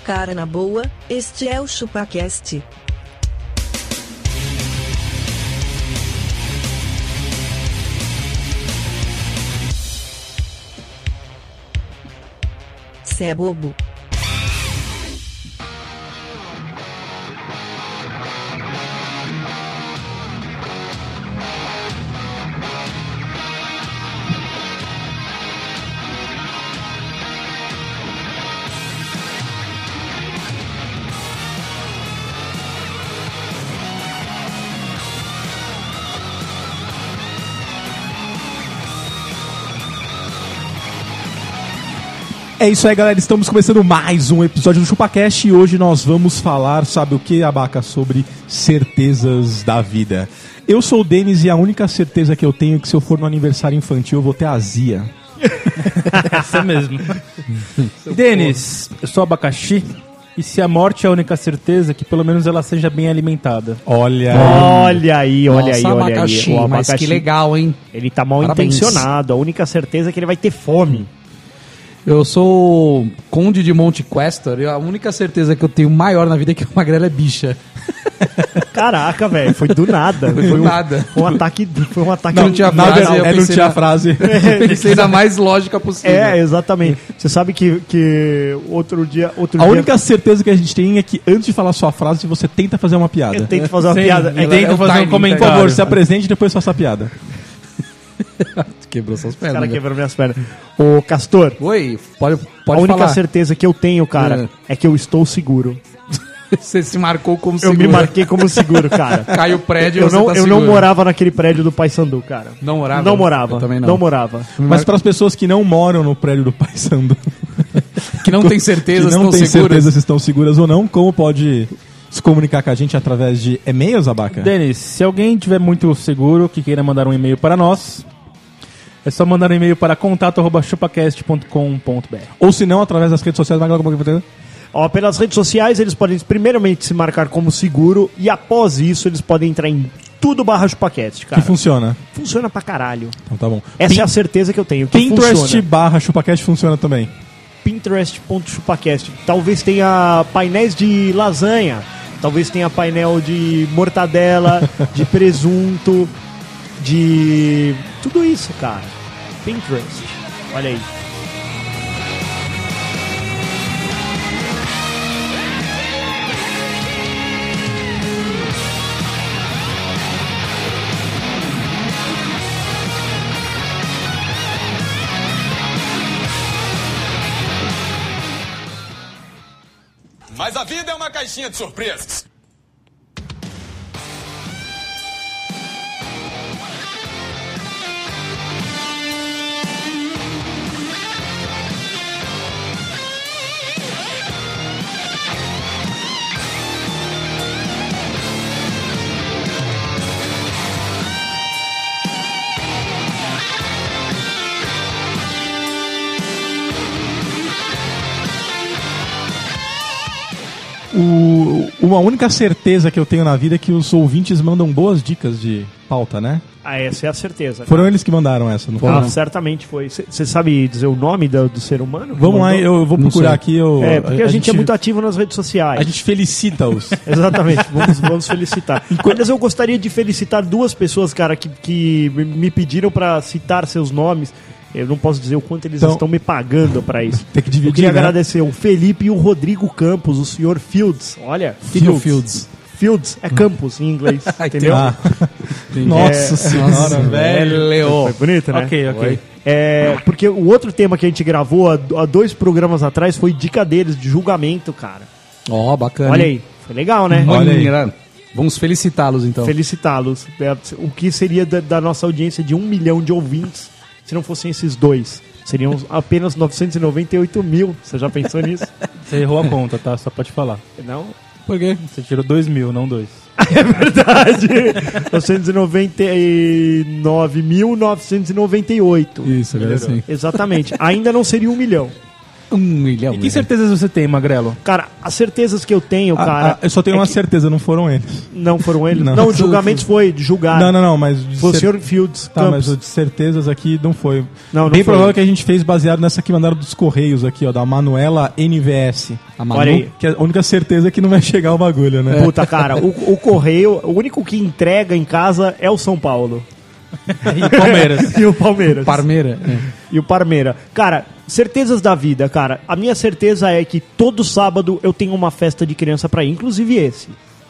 Cara na boa, este é o ChupaCast. Cê é bobo. É isso aí, galera, estamos começando mais um episódio do ChupaCast e hoje nós vamos falar, sabe o que, Abaca? Sobre certezas da vida. Eu sou o Denis e a única certeza que eu tenho é que se eu for no aniversário infantil eu vou ter azia. Essa mesmo. Denis, eu sou abacaxi e se a morte é a única certeza, que pelo menos ela seja bem alimentada. Olha aí. Nossa, abacaxi, O mas que legal, hein? Ele tá mal Parabéns. intencionado. A única certeza é que ele vai ter fome. Eu sou Conde de Monte Questor e a única certeza que eu tenho maior na vida é que o Magrelo é bicha. Caraca, velho, foi do nada. Foi do nada. Um ataque. Foi um ataque. Não tinha Nada, frase, eu não pensei tinha na- frase. Eu pensei na mais lógica possível. É, exatamente. Você sabe que outro dia. A única certeza que a gente tem é que antes de falar sua frase, você tenta fazer uma piada. Eu tento fazer uma Sim, piada. e tenta o fazer timing, um Por comentário. favor, se apresente e depois faça a piada. Quebrou suas O cara pernas. né? quebrou minhas pernas. Ô, Castor, Oi, pode a única falar. certeza que eu tenho, cara, é que eu estou seguro. Você se marcou como Eu seguro. me marquei como seguro, cara. Cai o prédio e Eu você não, tá eu não seguro. morava naquele prédio do Paysandu, cara. Não morava? Não morava. Eu também não. Não morava. Mas para as pessoas que não moram no prédio do Paysandu, Que não tem certeza que se não estão tem seguras. certeza se estão seguras ou não, como pode se comunicar com a gente através de e-mails, Abaca? Denis, se alguém tiver muito seguro que queira mandar um e-mail para nós, é só mandar um e-mail para contato@chupacast.com.br. Ou se não, através das redes sociais. Ó, pelas redes sociais, eles podem primeiramente se marcar como seguro e após isso eles podem entrar em tudo/ChupaCast, Que cara. funciona. Funciona pra caralho. Então tá bom. Essa é a certeza que eu tenho. Que Pinterest funciona. /ChupaCast funciona também. Pinterest.chupacast. Talvez tenha painéis de lasanha, talvez tenha painel de mortadela, de presunto, de tudo isso, cara. Pinterest. Olha aí. Mas a vida é uma caixinha de surpresas. Uma única certeza que eu tenho na vida é que os ouvintes mandam boas dicas de pauta, né? Ah, essa é a certeza. Foram eles que mandaram essa, não Ah, foram? certamente foi. Você sabe dizer o nome do ser humano? que Vamos lá, mandou? eu vou Não procurar sei. aqui. Porque a gente é muito ativo nas redes sociais. A gente felicita-os. Exatamente, vamos felicitar. Aliás, eu gostaria de felicitar duas pessoas, cara, que me pediram pra citar seus nomes. Eu não posso dizer o quanto eles Então, estão me pagando pra isso. tem que dividir, Eu queria né? agradecer o Felipe e o Rodrigo Campos, o senhor Fields. Olha, Fields. Fields é campus em inglês, Ai, entendeu? Ah. Nossa senhora, velho. Foi bonito, né? Ok. Porque o outro tema que a gente gravou há 2 programas atrás foi dica deles, de julgamento, cara. Ó, bacana. Olha hein? aí, foi legal, né? Olha aí. Olha aí. Vamos felicitá-los, então. Felicitá-los. O que seria da nossa audiência de 1 milhão de ouvintes se não fossem esses dois? Seriam apenas 998 mil. Você já pensou nisso? Você errou a conta, tá? Só pode falar. Não? Por quê? Você tirou 2.000, não 2. É verdade. 999.998. Isso, agora sim. Exatamente. Ainda não seria 1 milhão. 1 milhão. E que certezas você tem, Magrelo? Cara, as certezas que eu tenho, cara... eu só tenho é uma que certeza, não foram eles. Não foram eles? Não. Não, julgamentos foi, de julgar. Não, mas... Foi o Sr. Fields Tá, Campos. mas o de certezas aqui não foi. Não Bem foi. provável que a gente fez baseado nessa que mandaram dos Correios aqui, ó, da Manuela NVS. A Manu. Olha aí. Que a única certeza é que não vai chegar o bagulho, né? Puta, cara, o Correio, o único que entrega em casa é o São Paulo. E Palmeiras. E o Palmeiras. Parmeira. E o Parmeira. Cara, certezas da vida, cara. A minha certeza é que todo sábado eu tenho uma festa de criança pra ir, inclusive esse.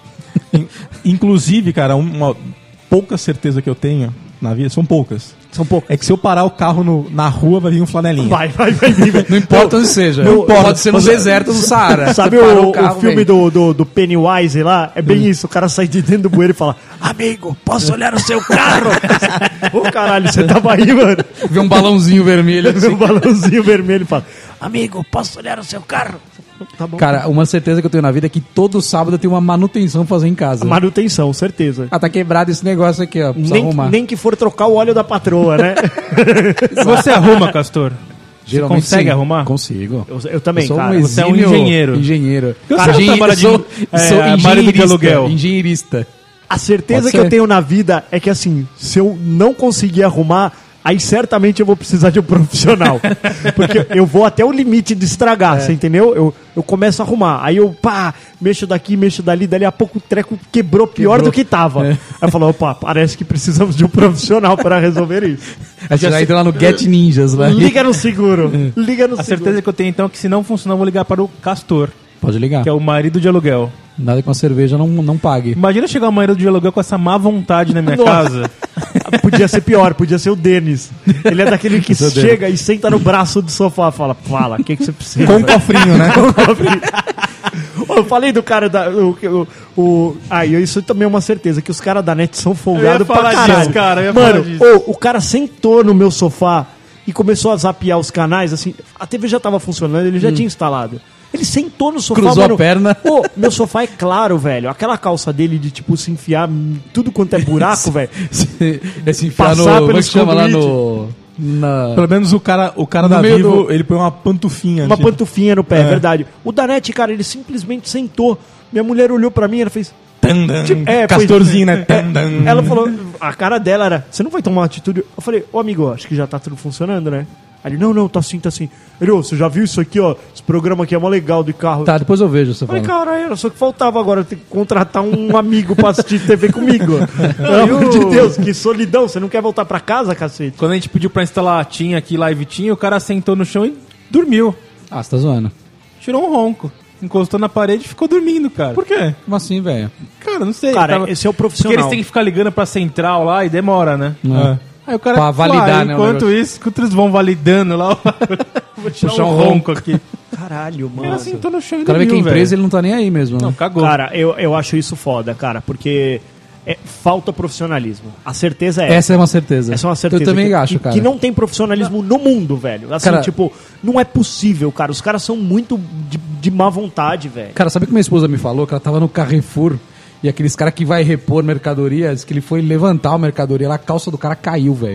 Inclusive, cara, uma pouca certeza que eu tenho na vida, são poucas. São poucos. É que se eu parar o carro na rua, vai vir um flanelinha. Vai. Não importa onde seja. Não Pode ser no deserto do Saara. Sabe Você parou o carro, filme vem. do Pennywise lá? É bem isso. O cara sai de dentro do bueiro e fala: amigo, posso olhar o seu carro? Ô caralho, você tava aí, mano. Vê um balãozinho vermelho. Um balãozinho vermelho e fala: amigo, posso olhar o seu carro? Tá bom. Cara, uma certeza que eu tenho na vida é que todo sábado eu tenho uma manutenção pra fazer em casa. Manutenção, certeza. Ah, tá quebrado esse negócio aqui, ó. Precisa arrumar. Nem que for trocar o óleo da patroa, né? Você arruma, Castor? Geralmente consegue sim. arrumar? Consigo. Eu também, Eu sou cara. Você é um exímio engenheiro. Engenheiro. Cara, você não trabalha de- sou marido de aluguel. Engenheirista. A certeza Pode que eu ser. tenho na vida é que, assim, se eu não conseguir arrumar, aí certamente eu vou precisar de um profissional. Porque eu vou até o limite de estragar, você entendeu? Eu começo a arrumar. Aí eu, mexo daqui, mexo dali, dali a pouco o treco quebrou pior do que tava. Aí eu falo, opa, parece que precisamos de um profissional para resolver isso. A gente já entra lá no Get Ninjas, lá. Liga no seguro. Liga no A seguro. certeza que eu tenho então é que se não funcionar, eu vou ligar para o Castor, Pode ligar. que é o marido de aluguel. Nada com a cerveja não pague. Imagina chegar o marido de aluguel com essa má vontade na minha Nossa. casa. Podia ser pior, podia ser o Denis. Ele é daquele que chega e senta no braço do sofá e fala, o que você precisa? Com um cofrinho, né? Eu falei do cara da. Isso também é uma certeza, que os caras da net são folgados pra falar caralho. disso, cara, eu ia Mano, falar disso. o cara sentou no meu sofá e começou a zapear os canais, assim. A TV já tava funcionando, ele já tinha instalado. Ele sentou no sofá, Cruzou a mano. perna. Pô, meu sofá é claro, velho. Aquela calça dele de, tipo, se enfiar em tudo quanto é buraco, velho. Esse enfiar no... Passar Como é que pelos chama lá conduíte. no... Na... Pelo menos o cara No da meio Vivo, do- ele põe uma pantufinha. Uma tipo. pantufinha no pé, é É. verdade. O Danete, cara, ele simplesmente sentou. Minha mulher olhou pra mim e ela fez... Tandan. Tipo, Castorzinho, né? É, Tandan. ela falou, a cara dela era, você não vai tomar uma atitude? Eu falei, amigo, acho que já tá tudo funcionando, né? Aí ele, não, tá sim. Ele, você já viu isso aqui, ó? Esse programa aqui é mó legal de carro. Tá, depois eu vejo você Eu falei, falando. cara, era só que faltava agora ter que contratar um amigo pra assistir TV comigo. Pelo amor de Deus, que solidão, você não quer voltar pra casa, cacete? Quando a gente pediu pra instalar a TIM aqui, Live TIM, o cara sentou no chão e dormiu. Ah, você tá zoando. Tirou um ronco. Encostou na parede e ficou dormindo, cara. Por quê? Como assim, velho? Cara, não sei. Cara, esse é o profissional. Porque eles têm que ficar ligando pra central lá e demora, né? É. Aí o cara Pra validar, né, o enquanto negócio. isso, enquanto eles vão validando lá, vou tirar Puxar um um ronco aqui. Caralho, O cara mano. sentou no chão e O cara vê que a dormiu, empresa velho. ele não tá nem aí mesmo, né? Não, cagou. Cara, eu acho isso foda, cara, porque falta profissionalismo. A certeza é Essa é uma certeza. Essa é uma certeza. Eu também que, acho, cara. Que não tem profissionalismo no mundo, velho. Assim, Cara- tipo, não é possível, cara. Os caras são muito de má vontade, velho. Cara, sabe o que minha esposa me falou? Que ela tava no Carrefour e aqueles caras que vai repor mercadoria, diz que ele foi levantar a mercadoria lá, a calça do cara caiu, velho.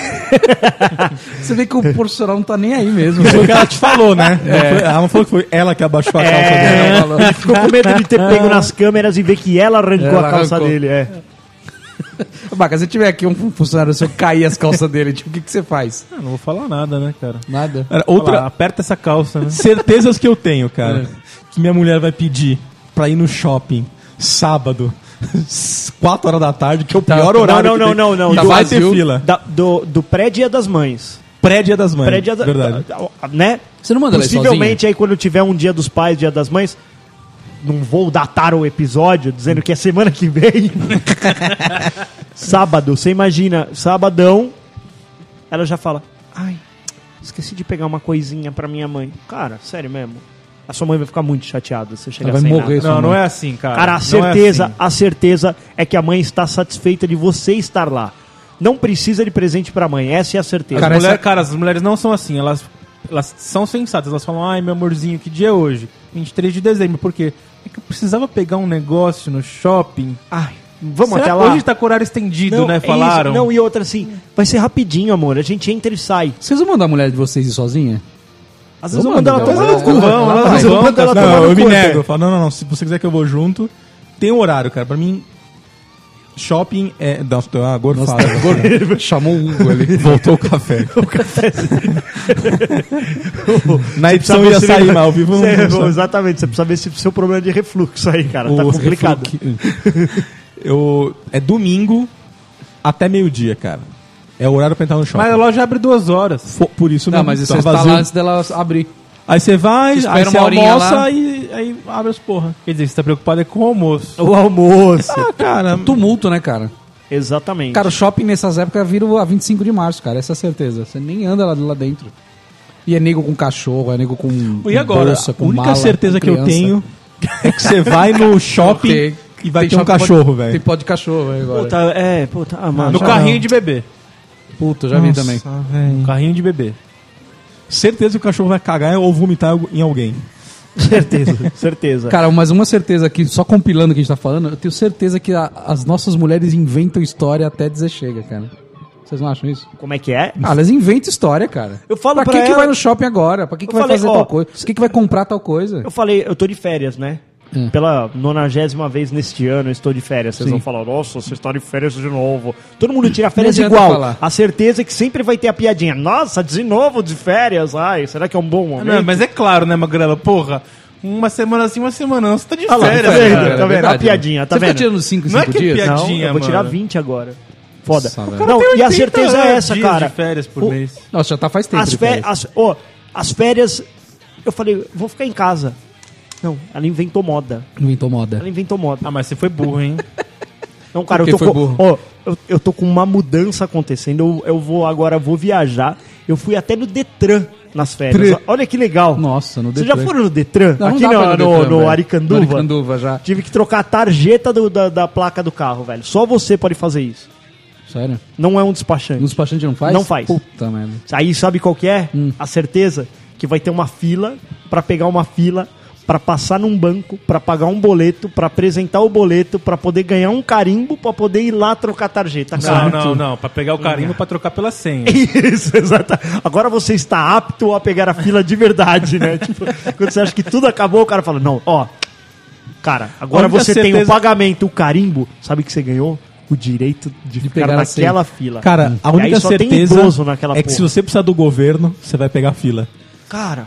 Você vê que o profissional não tá nem aí mesmo. Foi o que ela te falou, né? Ela não falou que foi ela que abaixou a calça dela. Ele ficou com medo de ter pego nas câmeras e ver que ela arrancou Ela a calça arrancou. dele, Baca, se tiver aqui um funcionário seu cair as calças dele, tipo, o que você faz? Ah, não vou falar nada, né, cara? Nada. Era Outra... outra aperta essa calça, né? certezas que eu tenho, cara. Que minha mulher vai pedir pra ir no shopping sábado, 4 horas da tarde, que é o pior horário. Não, que não, tem. não, E não. vai Vazio. ter fila. Do pré-dia das mães. Pré-dia das mães. Pré-dia da, Verdade. né? Você não manda ela ir Possivelmente aí quando tiver um dia dos pais, dia das mães, não vou datar o episódio dizendo que é semana que vem. Sábado, você imagina, sabadão, ela já fala, ai, esqueci de pegar uma coisinha pra minha mãe. Cara, sério mesmo. A sua mãe vai ficar muito chateada se você chegar Ela vai sem morrer. nada. Não, não mãe. é assim, cara. Cara, Não é assim. a certeza é que a mãe está satisfeita de você estar lá. Não precisa de presente pra mãe, essa é a certeza. Cara, as mulheres não são assim, elas são sensatas, elas falam, ai meu amorzinho, que dia é hoje? 23 de dezembro, por quê? É que eu precisava pegar um negócio no shopping. Ai, vamos Será até que lá. hoje tá com horário estendido, Não, né? é Falaram. isso. Não, e outra assim, vai ser rapidinho, amor. A gente entra e sai. Vocês vão mandar a mulher de vocês ir sozinha? Às vezes eu mando, mando ela então, tomar no cu. vamos, Às vezes eu vamos, mando ela tomar Não, no eu me cu, nego. até. Eu falo, não, se você quiser que eu vou junto, tem um horário, cara. Pra mim, shopping é... Nossa, tô uma gorfada. Chamou o Hugo ali. Voltou o café. Na Você edição precisa ia ver sair, se- mas ao vivo Você- não sabe. Exatamente, você precisa ver se o seu problema é de refluxo aí, cara. Tá O complicado. É domingo até meio-dia, cara. É o horário pra entrar no shopping. Mas a loja abre 2 horas. Por isso Não, mas tá você está vazio. lá antes dela abrir. Aí você vai, Você aí espera você uma horinha almoça lá. e aí abre as porra. Quer dizer, você tá preocupado é com o almoço. O almoço. Ah, cara, Tumulto, né, cara? Exatamente. Cara, o shopping nessas épocas vira a 25 de março, cara. Essa é a certeza. Você nem anda lá dentro. E é nego com cachorro, é nego com e agora? bolsa, com a única mala, certeza com que eu criança. tenho é que você vai no shopping Tem- e vai tem ter um shopping que cachorro, pode- velho. Tem pó de cachorro, velho, agora. Puta, mano. No já- carrinho de bebê. Puta, já vi também. Véio. Carrinho de bebê. Certeza que o cachorro vai cagar ou vomitar em alguém. Certeza, certeza. Cara, mas uma certeza aqui, só compilando o que a gente tá falando, eu tenho certeza que as nossas mulheres inventam história até dizer chega, cara. Vocês não acham isso? Como é que é? Ah, elas inventam história, cara. Eu falo pra pra que que ela- vai no shopping agora? Pra que Eu vai falei, fazer ó, tal coisa? Por que vai comprar tal coisa? Eu falei, eu tô de férias, né? Pela 90ª vez neste ano eu estou de férias. Vocês Sim. vão falar, nossa, você está de férias de novo. Todo mundo tira férias Não adianta igual. falar. A certeza é que sempre vai ter a piadinha. Nossa, de novo de férias. Ai, será que é um bom momento? Não, mas é claro, né, Magrela? Porra, uma semana sim, uma semana não. Você tá de Ah lá, férias, tá vendo? cara. Tá vendo? verdade, a piadinha, tá Você vendo? fica tirando 5 Não é que é dias? piada- Não, piadinha, eu vou tirar mano. 20 agora. Foda. Nossa, velho. Não, Tem e a 80 certeza é essa, dias cara. de férias por O- mês. Nossa, já tá faz tempo. As, de férias, as férias, eu falei, vou ficar em casa. Não, ela inventou moda. Inventou moda. Ela inventou moda. Ah, mas você foi burro, hein? Não, cara, Por eu que tô foi com, burro? ó, eu tô com uma mudança acontecendo. Eu vou agora, vou viajar. Eu fui até no Detran nas férias. Tre- Olha que legal. Nossa, no Vocês Detran. já foram no Detran? Não, não Aqui dá pra ir no Detran, velho. Aricanduva? No Aricanduva, já. Tive que trocar a tarjeta da placa do carro, velho. Só você pode fazer isso. Sério? Não é um despachante. No despachante não faz? Não faz. Puta merda. Aí sabe qual que é? A certeza que vai ter uma fila pra pegar uma fila, pra passar num banco, pra pagar um boleto, pra apresentar o boleto, pra poder ganhar um carimbo, pra poder ir lá trocar a tarjeta. Não, não, não. Pra pegar o carimbo pra trocar pela senha. Isso, exato. Agora você está apto a pegar a fila de verdade, né? Tipo, quando você acha que tudo acabou, o cara fala, não, ó, cara, agora A única você tem o certeza- pagamento, o carimbo, sabe o que você ganhou? O direito de ficar pegar a naquela fila. Cara, a E aí única só tem certeza idoso naquela é que se porra. você precisar do governo, você vai pegar a fila. Cara,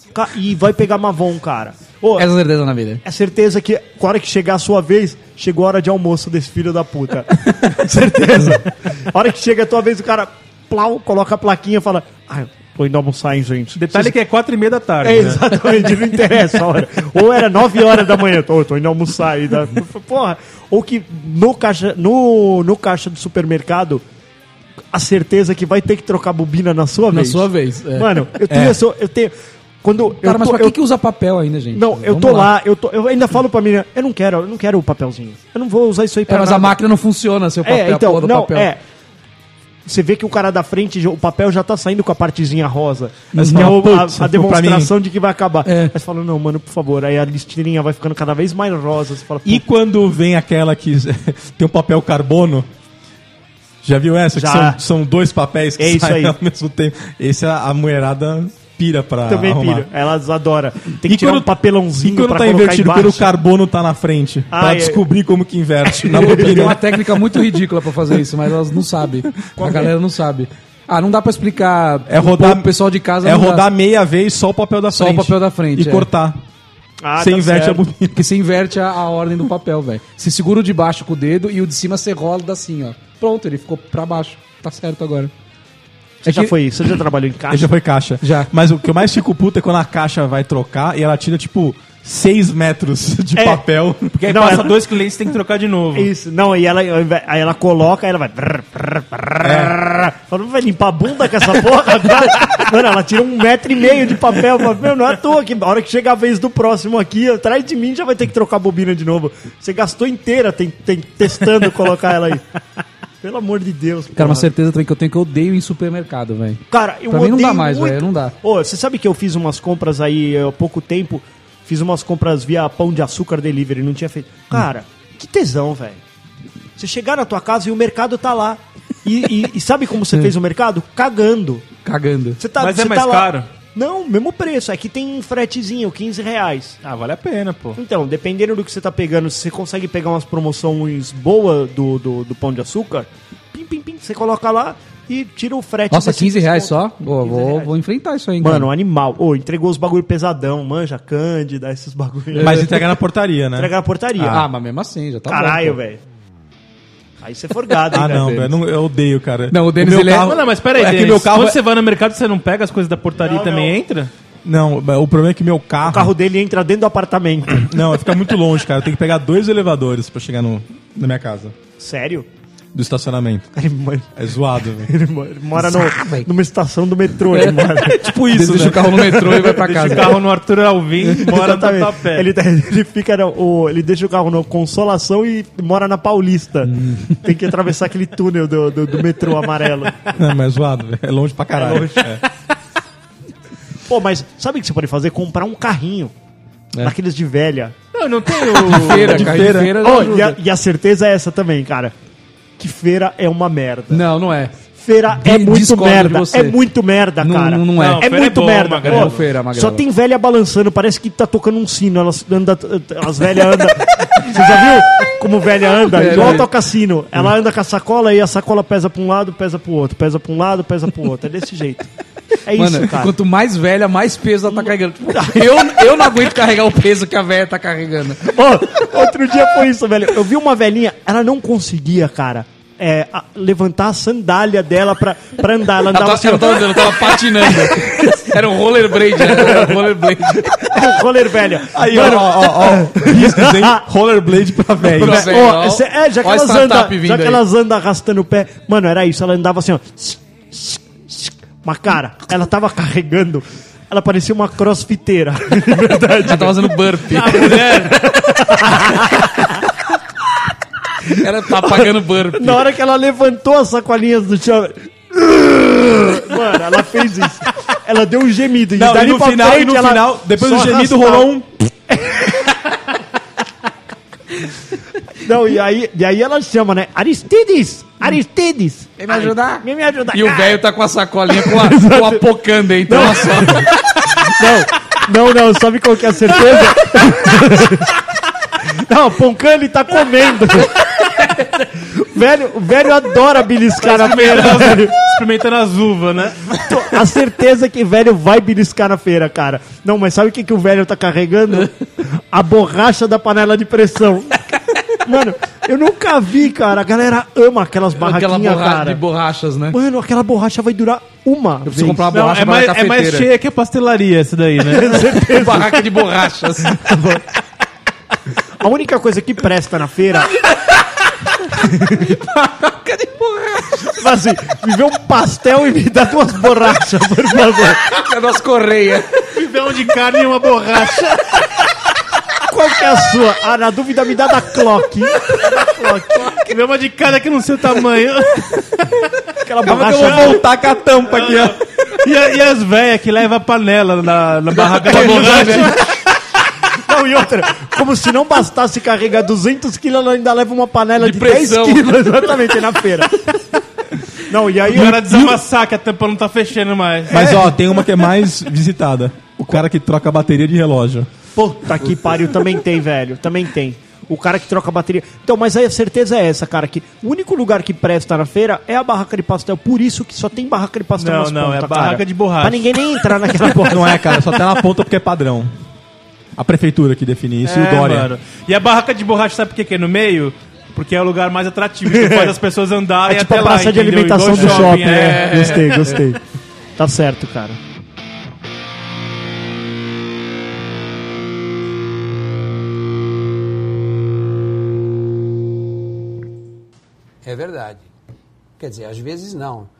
e vai pegar Mavon, cara. Ô, Essa certeza na vida. é certeza que a hora que chegar a sua vez, chegou a hora de almoço desse filho da puta. Certeza. A hora que chega a tua vez, o cara plau, coloca a plaquinha e fala, ah, tô indo almoçar, hein, gente. Detalhe que é 4h30 da tarde, É, né? exatamente, não interessa a hora. Ou era 9 horas da manhã, tô indo almoçar aí. Porra. Ou que no caixa do supermercado, a certeza que vai ter que trocar bobina na sua Na vez. sua vez. É. Mano, eu tenho... Quando Cara, eu mas tô, pra que usa papel ainda, gente? Não, eu Vamos tô lá, eu ainda falo pra mim, eu não quero o papelzinho. Eu não vou usar isso aí pra Mas nada. a máquina não funciona, seu papel, a então, porra do não, papel. Você vê que o cara da frente, o papel já tá saindo com a partezinha rosa. Mas Que é fala, putz, a demonstração pra de que vai acabar. É. Aí você fala, não, mano, por favor. Aí a listinha vai ficando cada vez mais rosa. Você fala, E quando vem aquela que tem um papel carbono, já viu essa? Já. Que são dois papéis que É isso saem aí. ao mesmo tempo. Esse a mulherada pira pra também arrumar. pira. Elas adoram. Tem que E tirar quando- um papelãozinho E quando pra tá colocar invertido, embaixo. quando o carbono tá na frente. Ah, pra é. descobrir como que inverte na Tem bobina. uma técnica muito ridícula pra fazer isso, mas elas não sabem. A galera não sabe. Ah, não dá pra explicar. É rodar, O pessoal de casa é não dá. rodar meia vez só o papel da Só frente. o papel da frente, E é. cortar. Ah, Você tá inverte certo. a bobina. Porque você inverte a ordem do papel, velho. Você segura o de baixo com o dedo e o de cima você roda assim, ó. Pronto, ele ficou pra baixo. Tá certo agora. Você já que- foi, você já trabalhou em Aí caixa? já foi caixa. Já. Mas o que eu mais fico puto é quando a caixa vai trocar e ela tira, tipo, 6 metros de É. papel. Porque aí Não, passa ela- 2 clientes e tem que trocar de novo. Isso, não, aí ela coloca, aí ela vai. Fala, vai limpar a bunda com essa porra agora? Mano, ela tira 1,5 metro de papel. Meu, não é à toa que a hora que chegar a vez do próximo aqui, atrás de mim já vai ter que trocar a bobina de novo. Você gastou inteira testando colocar ela aí. Pelo amor de Deus. Cara, uma porra. certeza também que eu tenho que eu odeio em supermercado, velho. Cara, eu Pra mim não odeio dá mais, muito. velho, não dá. Ô, você sabe que eu fiz umas compras aí há pouco tempo, fiz umas compras via Pão de Açúcar Delivery, não tinha feito. Cara, que tesão, velho. Você chegar na tua casa e o mercado tá lá. E sabe como você fez o mercado? Cagando. Cagando. Você tá, Mas você é mais tá lá- caro. Não, mesmo preço. É que tem um fretezinho, R$15. Ah, vale a pena, pô. Então, dependendo do que você tá pegando, se você consegue pegar umas promoções boas do Pão de Açúcar, pim, você coloca lá e tira o frete. Nossa, desse R$15 desconto. só? Pô, 15 reais. vou enfrentar isso aí, Mano, animal. Ô, entregou os bagulho pesadão, manja, Cândida, esses bagulho. Mas entrega na portaria, né? Entrega na portaria. Ah, mas mesmo assim, já tá Caralho, bom. pô. velho. Aí você for gado, hein, Ah, não, velho. velho. Eu odeio, cara. Não, o Denis, meu ele é- carro- Não, mas peraí, É que Denis, meu carro quando é- você vai no mercado, você não pega as coisas da portaria Não, e também não. entra? Não, o problema é que meu carro... O carro dele entra dentro do apartamento. Não, fica muito longe, cara. Eu tenho que pegar 2 elevadores pra chegar na minha casa. Sério? Do estacionamento. É zoado, velho. Ele mora velho. numa estação do metrô, ele mora. Tipo isso, Deixa né? o carro no metrô e vai pra Deixa casa. o carro no Arthur Alvim, mora no Exatamente. Tatuapé. Ele fica ele deixa o carro na Consolação e mora na Paulista. Tem que atravessar aquele túnel do metrô amarelo. Não, mas é zoado, velho. É longe pra caralho. É longe. Pô, mas sabe o que você pode fazer? Comprar um carrinho. Daqueles de velha. Não tem Feira, De carro feira. de feira. Oh, ajuda. e a certeza é essa também, cara. Que feira é uma merda. Não, não é. Feira é muito Discordo de merda. você. É muito merda, Não- cara. não é. Não, É feira é muito bom, merda. Magrelo. Pô, Feira, Magrelo. só tem velha balançando. Parece que tá tocando um sino. As velhas andam. Você já viu como velha anda? É, Igual é. toca sino. Ela anda com a sacola e a sacola pesa pra um lado, pesa pro outro. Pesa pra um lado, pesa pro outro. É desse jeito. É Mano, isso, cara. quanto mais velha, mais peso ela tá carregando. Eu não aguento carregar o peso que a velha tá carregando. Ô, outro dia foi isso, velho. Eu vi uma velhinha, ela não conseguia, cara, levantar a sandália dela pra andar. Ela andava assim, Ela tava andando, ela tava patinando. Era um rollerblade, né? Era um rollerblade. roller velha. Aí, ó. Riscos, hein? Rollerblade pra velho. Pra velho. Ó, já que, Olha a elas startup andam, vindo já que aí. elas andam arrastando o pé. Mano, era isso. Ela andava assim, ó. Mas, cara, ela tava carregando. Ela parecia uma crossfiteira. Ela tava fazendo burpee. Ela tá apagando burpee. Na hora que ela levantou as sacolinhas do chão. Mano, ela fez isso. Ela deu um gemido. Não, dali e no pra final, frente, ela depois do só gemido, arrastava. rolou um... Não, e aí ela chama, né? Aristides! Aristides! Vem me ajudar? Vem me ajudar. E o velho tá com a sacolinha com a pocanda aí, então só. Não, sabe qual que é a certeza? Não, Poncan ele tá comendo. O velho adora beliscar na feira. velho. Experimentando as uvas, né? A certeza é que velho vai beliscar na feira, cara. Não, mas sabe o que o velho tá carregando? A borracha da panela de pressão. Mano, eu nunca vi, cara. A galera ama aquelas Aquela barraquinhas, borracha cara. de borrachas, né? Mano, aquela borracha vai durar uma Eu preciso comprar uma Não, borracha é pra mais, cafeteira. é mais cheia que a pastelaria essa daí, né? Barraca de borrachas. A única coisa que presta na feira... Barraca de borracha. Mas assim, me vê um pastel e me dá 2 borrachas, por favor. É nosso correia. Pão de carne e uma borracha. Qual que é a sua? Ah, na dúvida me dá da Clock. Vê uma de cada que não sei o tamanho. Aquela Calma que eu borracha... vou voltar com a tampa aqui, ó. E as velhas que levam a panela na barraca da borracha. Não, e outra, como se não bastasse carregar 200 quilos, ela ainda leva uma panela de, 10 pressão. quilos, exatamente, na feira. Não, e aí... O cara desamassar que a tampa não tá fechando mais. Mas, ó, tem uma que é mais visitada. O cara que troca a bateria de relógio. Puta que pariu, também tem, velho, também tem. O cara que troca a bateria. Então, mas aí a certeza é essa, cara, que o único lugar que presta na feira é a barraca de pastel. Por isso que só tem barraca de pastel Não, nas não, pontas, é barraca cara. de borracha. Pra ninguém nem entrar naquela porra. Não é, cara, só tá na ponta porque é padrão. A prefeitura que define isso e o Dória. Mano. E a barraca de borracha, sabe por que é no meio? Porque é o lugar mais atrativo, que faz as pessoas andarem É tipo até a lá, praça de entendeu? alimentação Igual do shopping, é. né? Gostei. Tá certo, cara. É verdade. Quer dizer, às vezes não.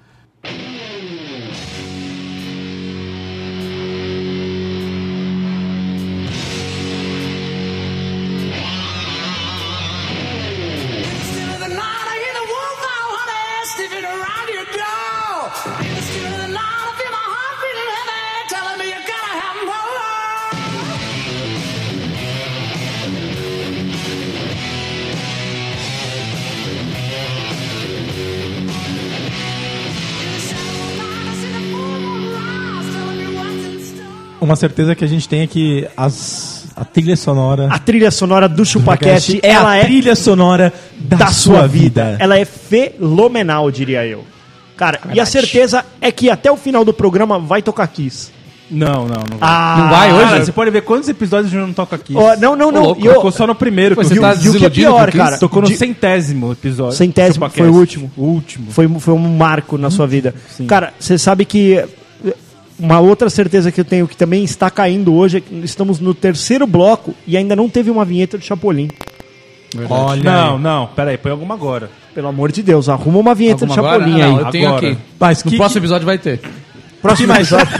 Uma certeza que a gente tem é que a trilha sonora... A trilha sonora do ChupaCast, é ela a trilha sonora da sua vida. Ela é fenomenal, diria eu. Cara, e a certeza é que até o final do programa vai tocar Kiss. Não vai. Ah, vai hoje? Cara, você pode ver quantos episódios a gente não toca aqui. Ó, não. louco, Tocou só no primeiro. Pô, que você eu vi. tá E o que é desiludido pior, com Kiss? cara? Tocou no 100º episódio. 100º, foi o último. O último. Foi um marco na sua vida. Sim. Cara, você sabe que uma outra certeza que eu tenho que também está caindo hoje é que estamos no 3º bloco e ainda não teve uma vinheta do Chapolin. Olha aí. Não, peraí, põe alguma agora. Pelo amor de Deus, arruma uma vinheta do Alguma Chapolin agora? aí. Não, eu tenho Agora. aqui. Mas No próximo episódio vai ter. Próximo episódio.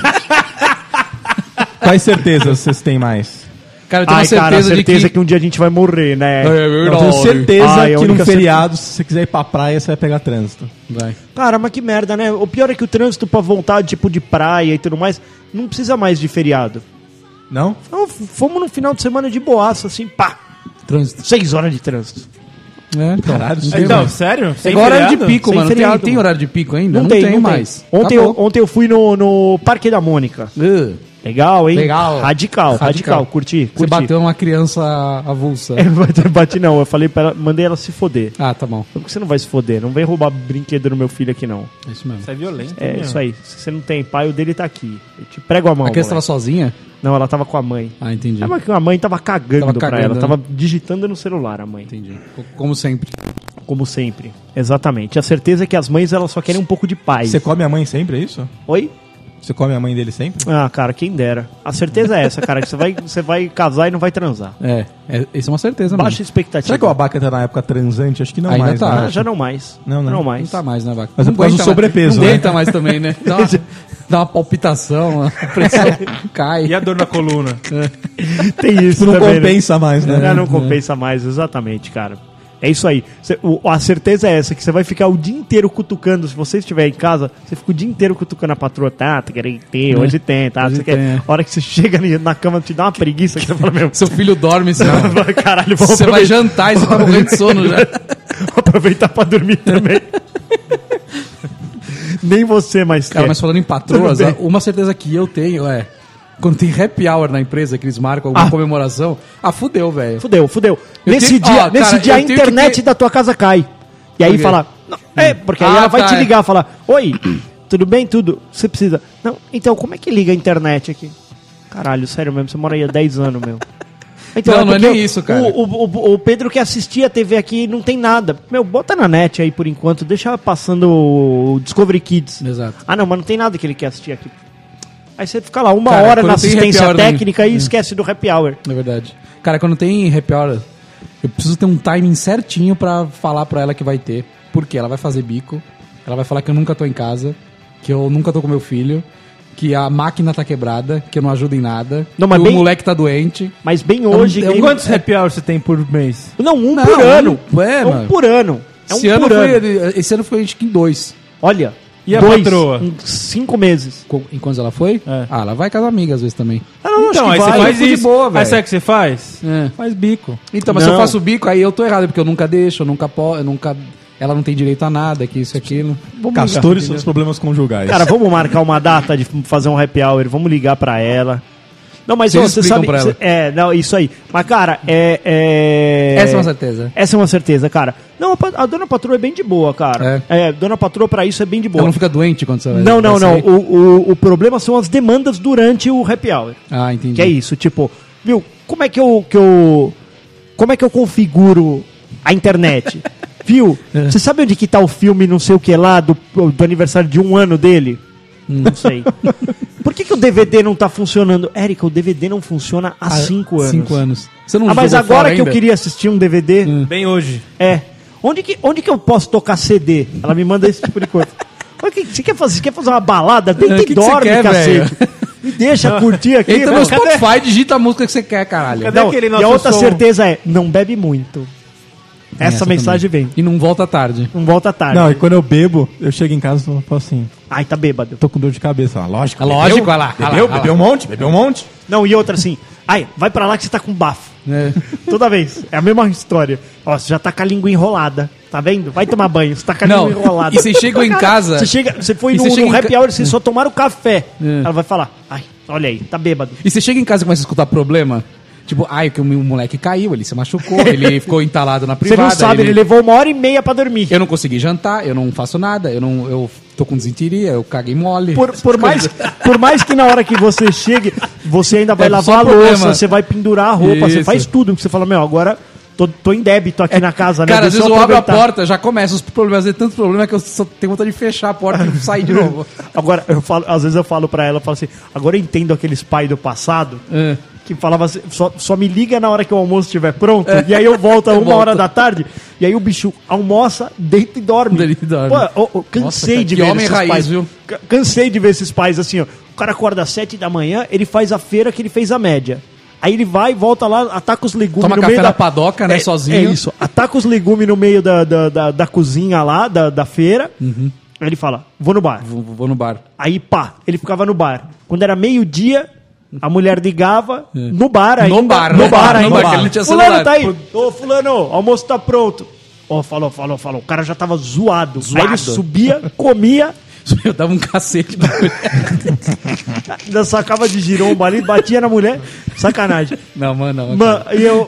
Quais certezas vocês têm mais? Cara, eu tenho Ai, uma certeza, cara, a certeza de que um dia a gente vai morrer, né? Eu tenho certeza Ai, a que num única feriado, se você quiser ir pra praia, você vai pegar trânsito. Vai. Cara, mas que merda, né? O pior é que o trânsito pra voltar, tipo, de praia e tudo mais, não precisa mais de feriado. Não? Então, fomos no final de semana de boaça, assim, pá, Trânsito. 6 horas de trânsito. É, então. Caralho, Não tem Então, mais. sério? Sem Igual horário de feriado? pico, Sem mano. feriado, Tem mano. horário de pico ainda? Não, tem mais. Ontem eu fui no Parque da Mônica. Legal, hein? Legal. Radical. Curti. Você bateu uma criança avulsa. É, bati não, eu falei pra ela, mandei ela se foder. Ah, tá bom. Por que você não vai se foder? Não vem roubar brinquedo do meu filho aqui, não. É isso mesmo. Isso é violento. É mesmo. isso aí. Se você não tem pai, o dele tá aqui. Eu te prego a mão. A criança tava moleque. sozinha? Não, ela tava com a mãe. Ah, entendi. É, mas a mãe tava cagando, Tava pra cagando, ela. né? Tava digitando no celular, a mãe. Entendi. Como sempre. Como sempre. Exatamente. A certeza é que as mães, elas só querem um pouco de paz. Você come a mãe sempre, é isso? Oi? Você come a mãe dele sempre? Ah, cara, quem dera. A certeza é essa, cara, que você vai casar e não vai transar. Isso é uma certeza Baixa mesmo. expectativa. Será que o Abaca tá na época transante? Acho que não Ainda mais. tá. né? Ah, já não mais. Não, né? Não Não mais. tá mais, né, Vaca? Mas é Não por causa do aguenta mais. sobrepeso, Não né? aguenta mais também, né? Dá uma palpitação, a pressão cai. E a dor na coluna? Tem isso Não também, compensa mais, né? Não compensa mais, exatamente, cara. É isso aí. A certeza é essa, que você vai ficar o dia inteiro cutucando. Se você estiver em casa, você fica o dia inteiro cutucando a patroa. Tá, querendo ter, hoje tem, tá? Hoje Você quer. tem, é. A hora que você chega na cama, te dá uma preguiça que você fala, meu, Seu filho dorme, você caralho, vamos você vai jantar e você tá morrendo de sono já. aproveitar pra dormir também. Nem você mais Cara, quer. mas falando em patroas, Tudo bem. uma certeza que eu tenho é... Quando tem happy hour na empresa, que eles marcam alguma comemoração, fudeu, velho. Fudeu. Eu Nesse tenho- dia, ó, nesse cara, dia a eu tenho que internet ter- da tua casa cai. E aí Por quê? fala. Não, porque aí Ah, ela vai tá, te é. ligar, falar: Oi, tudo bem? Tudo? Você precisa. Não, então como é que liga a internet aqui? Caralho, sério mesmo, você mora aí há 10 anos, meu. Então, Não é porque nem isso, cara. O Pedro que assistia a TV aqui não tem nada. Meu, bota na net aí por enquanto, deixa passando o Discovery Kids. Exato. Ah, não, mas não tem nada que ele quer assistir aqui. Aí você fica lá uma Cara, hora quando na tem assistência happy hour, técnica e esquece do happy hour. É verdade. Cara, quando tem happy hour, eu preciso ter um timing certinho pra falar pra ela que vai ter. Porque ela vai fazer bico, ela vai falar que eu nunca tô em casa, que eu nunca tô com meu filho, que a máquina tá quebrada, que eu não ajudo em nada, Não, mas que bem- o moleque tá doente. Mas bem hoje. Eu- Quantos happy hours você tem por mês? Não, um Não, por ano. é, É um mano. por ano. É um Esse ano por ano. esse ano foi acho que em 2. Olha. E a 2, patroa? Em 5 meses. Em quantos ela foi? É. Ah, ela vai com as amigas às vezes também. Ah, não, Então, acho aí que você vai. faz fico de isso. boa, Aí velho. sabe o que você faz? É. Faz bico. Então, mas se eu Não. faço bico, aí eu tô errado, porque eu nunca deixo, eu nunca posso, ela não tem direito a nada, que isso e aquilo. Castores são os problemas conjugais. Cara, vamos marcar uma data de fazer um happy hour. Vamos ligar pra ela. Não, mas Vocês ó, você explicam sabe. pra ela. Não, isso aí. Mas, cara, Essa é uma certeza. Essa é uma certeza, cara. Não, a dona patroa é bem de boa, cara. Dona patroa pra isso é bem de boa. Ela não fica doente quando você vai Não. vai sair? O problema são as demandas durante o happy hour. Ah, entendi. Que é isso, tipo, viu, como é que eu configuro a internet? Viu? Você sabe onde que tá o filme não sei o que lá do aniversário de 1 ano dele? Não sei. Por que o DVD não tá funcionando? Érica, o DVD não funciona há 5 anos. 5 anos. Você não Mas jogou agora fora que eu ainda? queria assistir um DVD, Bem hoje. onde que eu posso tocar CD? Ela me manda esse tipo de coisa. O que você quer fazer? Você quer fazer uma balada? Deita que e que dorme, você quer, cacete. Me deixa curtir aqui. Entra meu. no Spotify, digita a música que você quer, caralho. Cadê Não, aquele e nosso a outra som? certeza é, não bebe muito. Essa mensagem também. vem. E não volta tarde. Não volta tarde. Não, e quando eu bebo, eu chego em casa e falo assim, Ai, tá bêbado. tô com dor de cabeça. Lógico. Lógico, olha lá. Bebeu um monte. Não, e outra assim, ai, vai pra lá que você tá com bafo. É. Toda vez. É a mesma história. Ó, você já tá com a língua enrolada. Tá vendo? Vai tomar banho. Você tá com a Não, língua enrolada. e você chega em casa- Você foi e no, você chega no em happy hour, você só tomaram café. É. Ela vai falar, ai, Olha aí, tá bêbado. E você chega em casa e começa a escutar problema? Tipo, que o meu moleque caiu, ele se machucou, ele ficou entalado na Você privada. não sabe, ele levou 1h30 pra dormir. Eu não consegui jantar, eu não faço nada, eu tô com desinteria, eu caguei mole. Por mais que na hora que você chegue, você ainda vai É lavar só a louça, problema. você vai pendurar a roupa, você Isso. faz tudo. Você fala, meu, agora tô em débito aqui na casa, né? Cara, às Deixa vezes eu abro a aproveitar. porta, já começa os problemas, às vezes tantos problemas que eu só tenho vontade de fechar a porta e sair de novo. Agora, às vezes eu falo pra ela, eu falo assim, agora eu entendo aqueles pais do passado que falava assim, só me liga na hora que o almoço estiver pronto, e aí eu volto a 1h da tarde, e aí o bicho almoça, deita e dorme. Deita e dorme. Pô, eu cansei Nossa, cara, de que ver homem esses raiz, pais. viu? Cansei de ver esses pais assim, ó. O cara acorda às 7 da manhã, ele faz a feira que ele fez a média. Aí ele vai, volta lá, ataca os legumes Toma no café meio na padoca, né, sozinho. É isso, ataca os legumes no meio da cozinha lá, da feira. Uhum. Aí ele fala, vou no bar. Vou no bar. Aí, pá, ele ficava no bar. Quando era meio-dia, a mulher ligava no bar ainda. No bar, ainda. que ele não tinha Fulano, celular. tá aí. Ô, fulano, almoço tá pronto. Ó, falou. O cara já tava zoado. Aí ele subia, comia, Eu dava um cacete pra mulher. ainda sacava de giromba ali, batia na mulher. Sacanagem. Não, mano, não. Mano,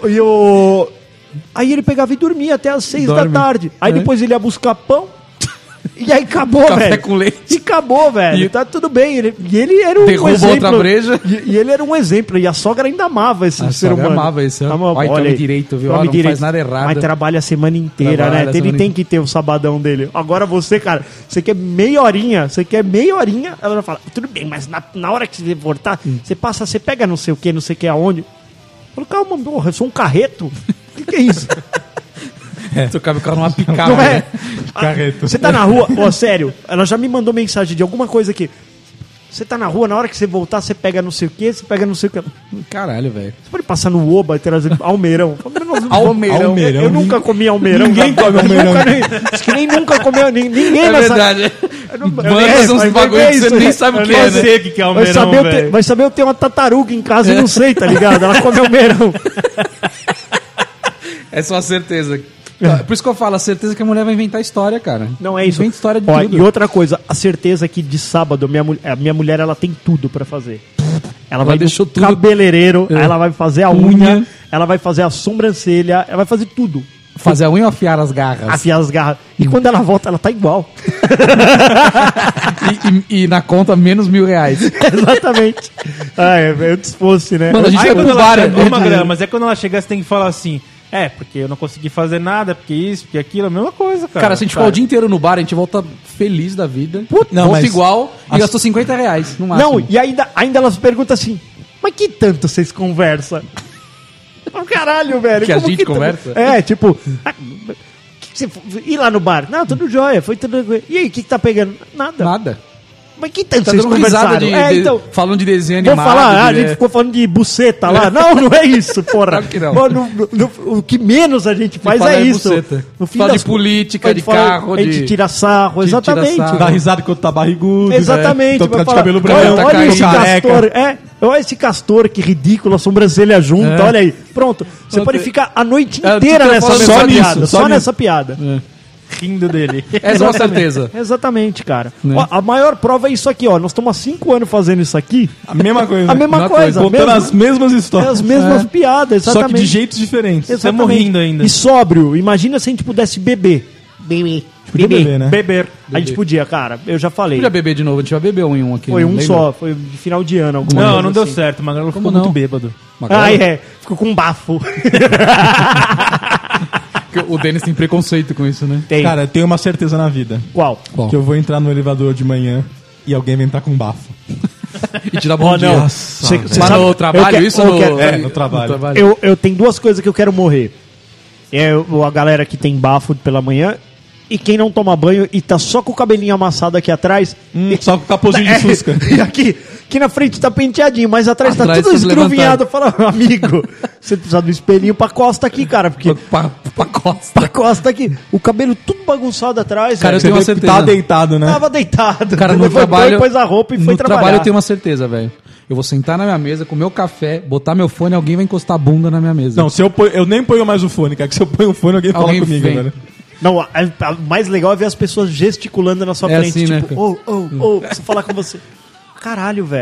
aí ele pegava e dormia até às 6 da tarde. Aí depois ele ia buscar pão. E aí acabou, Café velho. com leite. E acabou, velho. E- Tá tudo bem. E ele era um Derruba exemplo. outra breja. E ele era um exemplo. E a sogra ainda amava esse A ser sogra humano. amava esse, ó. Tá, Olha, tome aí. direito, viu? Tome Ó, não faz nada errado. Mas trabalha a semana inteira, Trabalha né? a Ele semana tem que ter o sabadão dele. Agora você, cara, você quer meia horinha. Ela vai falar, tudo bem, mas na hora que você voltar, você pega não sei o que aonde. Eu falo, calma, porra, eu sou um carreto. O que é isso? Tocava o carro numa picape. Não é? né? Carreto. Você tá na rua, sério, ela já me mandou mensagem de alguma coisa aqui. Você tá na rua, na hora que você voltar, você pega não sei o que, você pega não sei o que. Caralho, velho. Você pode passar no Oba e trazer almeirão. Almeirão. Eu nunca comi almeirão. Ninguém come almeirão. Acho que nem nunca comeu, ninguém É nessa... verdade. Manda Manda uns bagulho que você nem sabe o que é, né? sei o que é almeirão, velho. Vai saber eu tenho uma tartaruga em casa e não sei, tá ligado? Ela come almeirão. Essa é uma certeza. Por isso que eu falo, a certeza que a mulher vai inventar história, cara. Não é isso. Inventa história de Ó, tudo. e outra coisa, a certeza que de sábado a minha mulher ela tem tudo pra fazer. Ela vai deixou no tudo. cabeleireiro, É. ela vai fazer a unha, ela vai fazer a sobrancelha, ela vai fazer tudo. Fazer a unha ou afiar as garras? Afiar as garras. E quando ela volta, ela tá igual. E na conta, menos R$1.000. Exatamente. Eu disfosse, né? Mano, a gente Aí vai quando pro ela bar, chega, né? ô, Magrela, mas é quando ela chegar, você tem que falar assim, porque eu não consegui fazer nada, porque isso, porque aquilo, a mesma coisa, cara. Cara, se a gente ficar o dia inteiro no bar, a gente volta feliz da vida. não, volta mas- igual e gastou R$50 no máximo. Não, e ainda elas perguntam assim, mas que tanto vocês conversam? Oh, caralho, velho. Que a como gente conversa? Tipo, ir lá no bar. Não, tudo jóia, foi tudo... E aí, o que tá pegando? Nada. Nada. Mas que tanto Tá vocês dando risada conversaram? de falando de desenho Vou animado. falar, a de- gente ficou falando de buceta lá. Não, não é isso, porra. Claro que não. Mano, o que menos a gente faz falar é é isso. buceta. No fim Fala das de política, a de gente fala- carro, A gente de- tira sarro, de exatamente. tira sarro. Dá risada quando tá barrigudo. Exatamente. Tô vai de falar, cabelo olha, branco, olha esse careca. castor. Olha esse castor, que ridículo, a sobrancelha junta, É. olha aí. Pronto. Você Pronto. pode ficar a noite É, inteira tu tá nessa falando mesma só nisso, piada. só Só nisso. nessa piada. rindo dele. Essa é uma certeza. Exatamente, cara. Né? Ó, a maior prova é isso aqui, ó. Nós estamos há 5 anos fazendo isso aqui. A mesma coisa. A mesma Mesma coisa. Contando mesmo- as mesmas é histórias. as mesmas piadas, Só exatamente. que de jeitos diferentes. Estamos rindo ainda. E sóbrio. Imagina se a gente pudesse beber. Beber. Podia beber, né? Beber. A gente podia, cara. Eu já falei. Podia beber de novo, a gente vai beber um em um aqui. Foi não um lembra? só. Foi de final de ano. alguma Não, coisa não deu assim. certo, o Magrelo ficou não? muito bêbado. Magrelo? Ah, é. Ficou com um bafo. Porque o Denis tem preconceito com isso, né? Tem. Cara, eu tenho uma certeza na vida. Qual? Qual? Que eu vou entrar no elevador de manhã e alguém vai entrar com bafo. E te dá bom dia. Nossa, Cê Mas sabe- no trabalho, eu quero- isso eu no... quero- no trabalho. Eu tenho duas coisas que eu quero morrer. É a galera que tem bafo pela manhã e quem não toma banho e tá só com o cabelinho amassado aqui atrás. Só com o capozinho de Fusca. E aqui na frente tá penteadinho, mas atrás tá Atrás tudo tudo esgruvinhado. Fala, amigo, você precisa do espelhinho pra costa aqui, cara, porque Pra costa. pra costa aqui, o cabelo tudo bagunçado atrás. Cara, eu velho. tenho uma Você vê que certeza. tá deitado, né? Tava deitado. Cara, no Levantou, trabalho... pôs a roupa e foi no trabalhar. trabalho eu tenho uma certeza, velho. Eu vou sentar na minha mesa, comer o café, botar meu fone, alguém vai encostar a bunda na minha mesa. Não, se eu nem ponho mais o fone, cara. Que se eu ponho o fone, alguém fala Alguém comigo, vem. velho. Não, a mais legal é ver as pessoas gesticulando na sua É frente. assim, né, tipo, cara? preciso falar com você. Caralho, velho.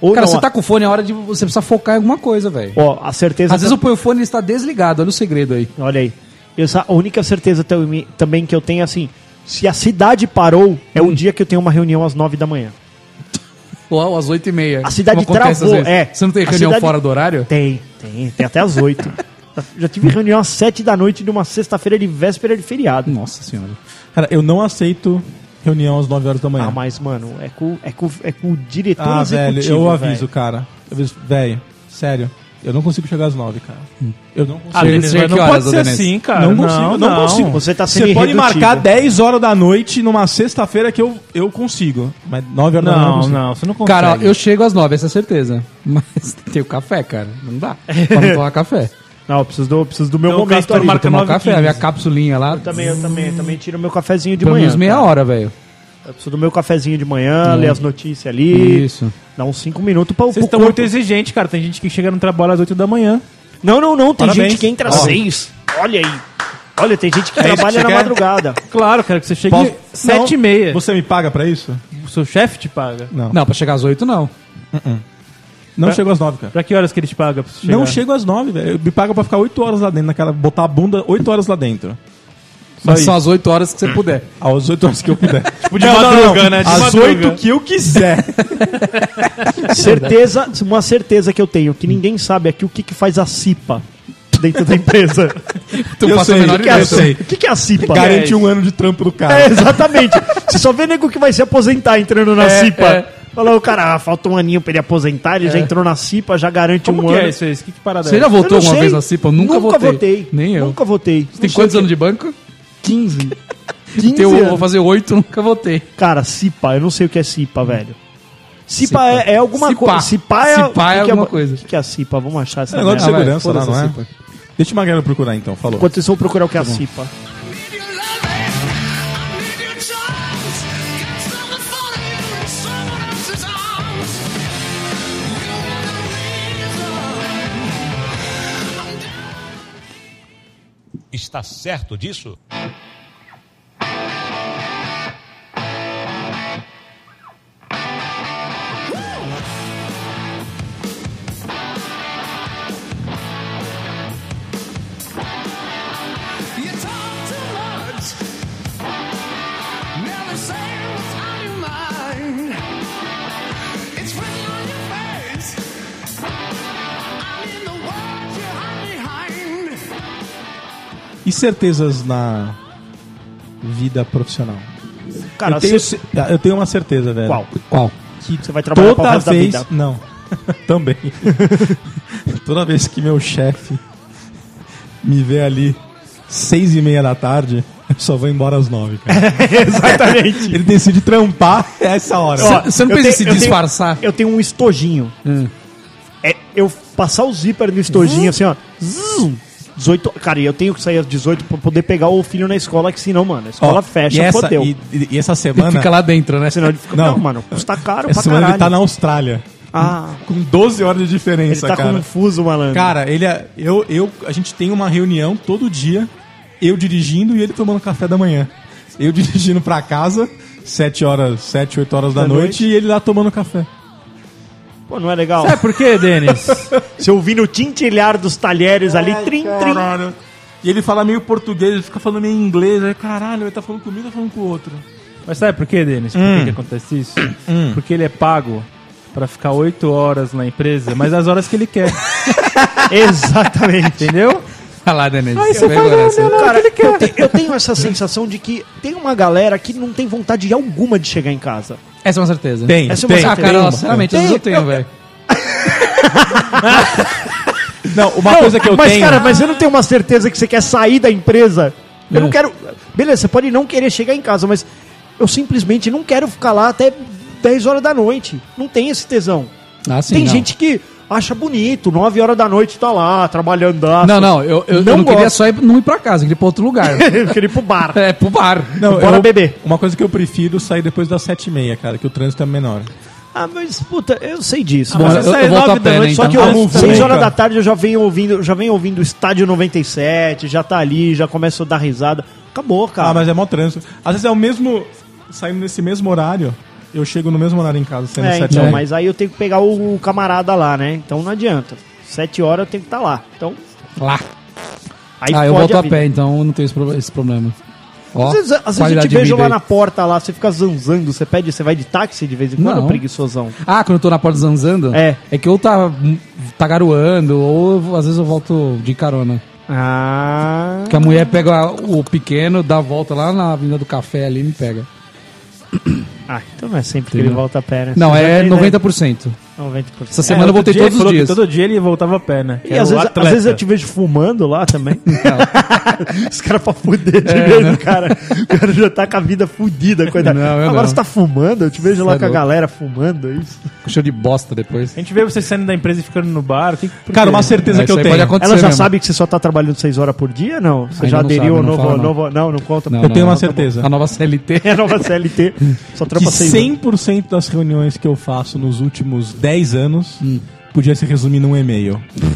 Ou Cara, não, você tá com o fone, é hora de você precisar focar em alguma coisa, velho. Ó, a certeza... Às vezes eu ponho o fone e ele está desligado, olha o segredo aí. Olha aí. A única certeza também que eu tenho é assim, se a cidade parou, é o dia que eu tenho uma reunião às 9 da manhã. Ou às 8h30. A cidade como acontece travou, às vezes. Você não tem A reunião cidade- fora do horário? Tem até às 8. Já tive reunião às 7 da noite de uma sexta-feira de véspera de feriado. Nossa senhora. Cara, eu não aceito reunião às 9 horas da manhã. Ah, mas, mano, é com o diretor Ah, velho, executivo. eu aviso, cara. Eu aviso, velho, sério, eu não consigo chegar às 9, cara. Eu não consigo. Ah, Denis, chega mas que não horas, pode ser Denis? assim, cara. Não consigo, não consigo. Você tá sendo Você pode irredutível. marcar 10 horas da noite numa sexta-feira que eu consigo. Mas 9 horas da manhã eu Não, consigo. não, você não consegue. Cara, ó, eu chego às 9, essa é certeza. Mas tem o café, cara. Não dá. Pra não tomar café. Não, eu preciso do meu Então, momento Castor ali. marca Tomar o 9h15. café, a minha capsulinha lá. Eu também tiro meu cafezinho de Pelo manhã. menos meia cara. hora, velho. Eu preciso do meu cafezinho de manhã, ler as notícias ali. Isso. Dá uns 5 minutos pra Vocês pro estão corpo. muito exigentes, cara. Tem gente que chega no trabalho às 8 da manhã. Não. Tem Parabéns. gente que entra às Ó. 6. Olha aí. Olha, tem gente que É isso que trabalha você na quer? madrugada. Claro, cara, que você chegue Posso- 7h30. Você me paga pra isso? O seu chefe te paga. Não, pra chegar às 8 não. Não chego às 9, cara. Pra que horas que ele te paga? Pra você chegar? Não chego às 9, velho. Me paga pra ficar 8 horas lá dentro, botar a bunda 8 horas lá dentro. Mas isso. são as 8 horas que você puder. Às 8 horas que eu puder. Tipo de madruga, né? De Às madruga. 8 que eu quiser. Uma certeza que eu tenho, que ninguém sabe aqui o que faz a CIPA dentro da empresa. Tu Eu faço a sei, menor o que ideia. eu sei. O que é a CIPA? Garante um ano de trampo do cara. É, exatamente. Você só vê nego que vai se aposentar entrando na CIPA. é. Falou, cara, falta um aninho pra ele aposentar, ele já entrou na CIPA, já garante Como um que ano. é isso aí? Que parada Você é já essa? Eu votou não alguma sei. vez na CIPA? Eu nunca votei. Nem eu. Nunca votei. Você tem quantos anos de banco? 15. 15 Eu anos. vou fazer 8, nunca votei. Cara, CIPA, eu não sei o que é CIPA, velho. CIPA CIPA. é alguma CIPA. coisa. CIPA é, CIPA é alguma coisa. O que é a CIPA? Vamos achar essa Negócio de merda. segurança lá, foda-se não é? a CIPA. Deixa o Magrelo procurar então, falou. Enquanto isso, eu vou procurar o que é a CIPA. Está certo disso? E certezas na vida profissional? Cara, eu tenho uma certeza, velho. Qual? Que Você vai trabalhar pro toda resto da vez... vida. Não. Também. Toda vez que meu chefe me vê ali 6:30 da tarde, eu só vou embora às 9, cara. Exatamente. Ele decide trampar essa hora. Ó, Você não eu precisa tenho- se disfarçar. Eu tenho um estojinho. É eu passar o zíper no estojinho assim, ó. 18. Cara, e eu tenho que sair às 18 pra poder pegar o filho na escola, que senão, mano, a escola Ó, fecha, e essa, fodeu. e essa semana... Fica lá dentro, né? Senão ele fica. Não. Não, mano, custa caro essa pra semana caralho. ele tá na Austrália. Ah, Com 12 horas de ele diferença, tá cara. confuso, malandro. Cara, a gente tem uma reunião todo dia, eu dirigindo e ele tomando café da manhã. Eu dirigindo pra casa, 7, 8 horas da noite, e ele lá tomando café. Pô, não é legal? Sabe por quê, Denis? Você ouvindo o tintilhar dos talheres ali, trim, trim. Caralho. E ele fala meio português, ele fica falando meio inglês. Aí, caralho, ele tá falando comigo, tá falando com o outro. Mas sabe por quê, Denis? Por que acontece isso? Porque ele é pago pra ficar 8 horas na empresa, mas as horas que ele quer. Exatamente. Entendeu? Olha lá, Denis. você Vem faz agora, a assim. minha- Cara, eu tenho essa sensação de que tem uma galera que não tem vontade alguma de chegar em casa. Essa é uma certeza. Tem, Essa é uma tem. Ah, certeza. cara, sinceramente, às vezes eu Tem, tenho, velho. Não, uma coisa que eu mas, tenho... cara, mas eu não tenho uma certeza que você quer sair da empresa. Eu não quero. Beleza, você pode não querer chegar em casa, mas eu simplesmente não quero ficar lá até 10 horas da noite. Não tem esse tesão. Ah, sim, tem não. gente que acha bonito, 9 horas da noite tá lá, trabalhando. Não, eu não queria só não ir pra casa, eu queria ir pra outro lugar. Eu queria ir pro bar. É, pro bar. Não, Bora beber. Uma coisa que eu prefiro sair depois das 7:30, cara, que o trânsito é menor. Ah, mas, puta, eu sei disso. Bom, Mas eu sai volto 9 a da pé, né, noite, só então. que Ah, eu, não 6 vou, horas cara. da tarde eu já venho ouvindo o Estádio 97, já tá ali, já começo a dar risada. Acabou, cara. Ah, mas é mó trânsito. Às vezes é o mesmo... Saindo nesse mesmo horário, Eu chego no mesmo horário em casa, sendo 7 então, horas. mas aí eu tenho que pegar o camarada lá, né? Então não adianta. 7 horas eu tenho que estar lá. Então, Lá. aí Eu fode volto a vida. pé, então não tenho esse problema. Ó, Às vezes eu qualidade te de vejo vida lá aí. na porta lá, você fica zanzando, você vai de táxi de vez em quando, Não. preguiçosão? Ah, quando eu tô na porta zanzando? É. É que ou tá garoando, ou às vezes eu volto de carona. Ah. Porque a mulher pega o pequeno, dá a volta lá na Avenida do Café ali e me pega. Então não é sempre que ele Entendeu? volta a pé, né? Não, Você já é tem, 90%. né? 90%. Essa semana eu voltei todos os dias. Todo dia ele voltava a pé, né? Que E era às o vezes, atleta. às vezes eu te vejo fumando lá também. Os caras pra fuder de É, vez, né? cara. O cara já tá com a vida fudida, coitado. Não, eu Agora não. você tá fumando, eu te vejo lá Você com é a louco. galera fumando, é isso. Com cheiro de bosta depois. A gente vê você saindo da empresa e ficando no bar. Por Cara, quê? uma certeza É, que isso eu aí pode tenho. acontecer Ela já mesmo. sabe que você só tá trabalhando 6 horas por dia, não? Você Ainda já não aderiu sabe, ao não fala, novo... Não conta. Não, Eu tenho uma não, tá bom. certeza. A nova CLT. É a nova CLT. Só Que trampa 6 horas. 100% das reuniões que eu faço nos últimos 10 anos podia se resumir num e-mail.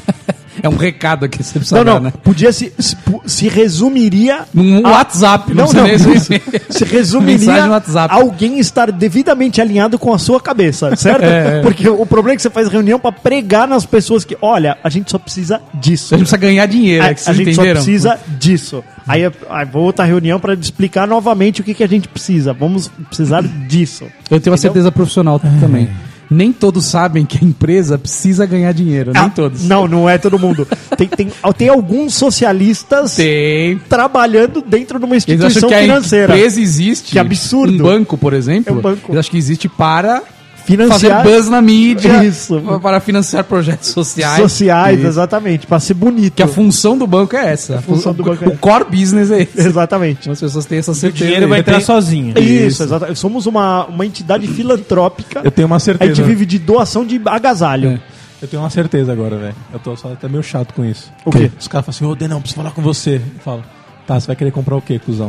É um recado aqui, você precisa dar, né? Podia se resumiria... Num a- WhatsApp, não, Não, sei não, nem isso. Se resumiria Mensagem no WhatsApp. alguém estar devidamente alinhado com a sua cabeça, certo? É. Porque o problema é que você faz reunião pra pregar nas pessoas que, olha, a gente só precisa disso. A gente precisa ganhar dinheiro, é que A vocês gente entenderam? só precisa disso. Aí vou outra reunião pra explicar novamente o que a gente precisa. Vamos precisar disso. Eu tenho uma Entendeu? certeza profissional também. Nem todos sabem que a empresa precisa ganhar dinheiro, nem todos. Não é todo mundo. Tem alguns socialistas Tem. trabalhando dentro de uma Eles acham instituição que a financeira. empresa existe. Que absurdo. Um banco, por exemplo. É um banco. Eles acham que existe para Financiar fazer buzz na mídia. Isso. Para financiar projetos sociais. sociais, Isso. exatamente, pra ser bonito. Que a função do banco é essa. função do banco é o core business é esse. Exatamente. As pessoas têm essa O certeza. dinheiro vai entrar sozinho. Isso, exatamente. Somos uma entidade filantrópica. Eu tenho uma A certeza. gente vive de doação de agasalho. É. Eu tenho uma certeza agora, velho. Eu tô só até meio chato com isso. O quê? Os caras falam assim, ô Denão, preciso falar com você. Eu falo, tá, você vai querer comprar o quê, cuzão?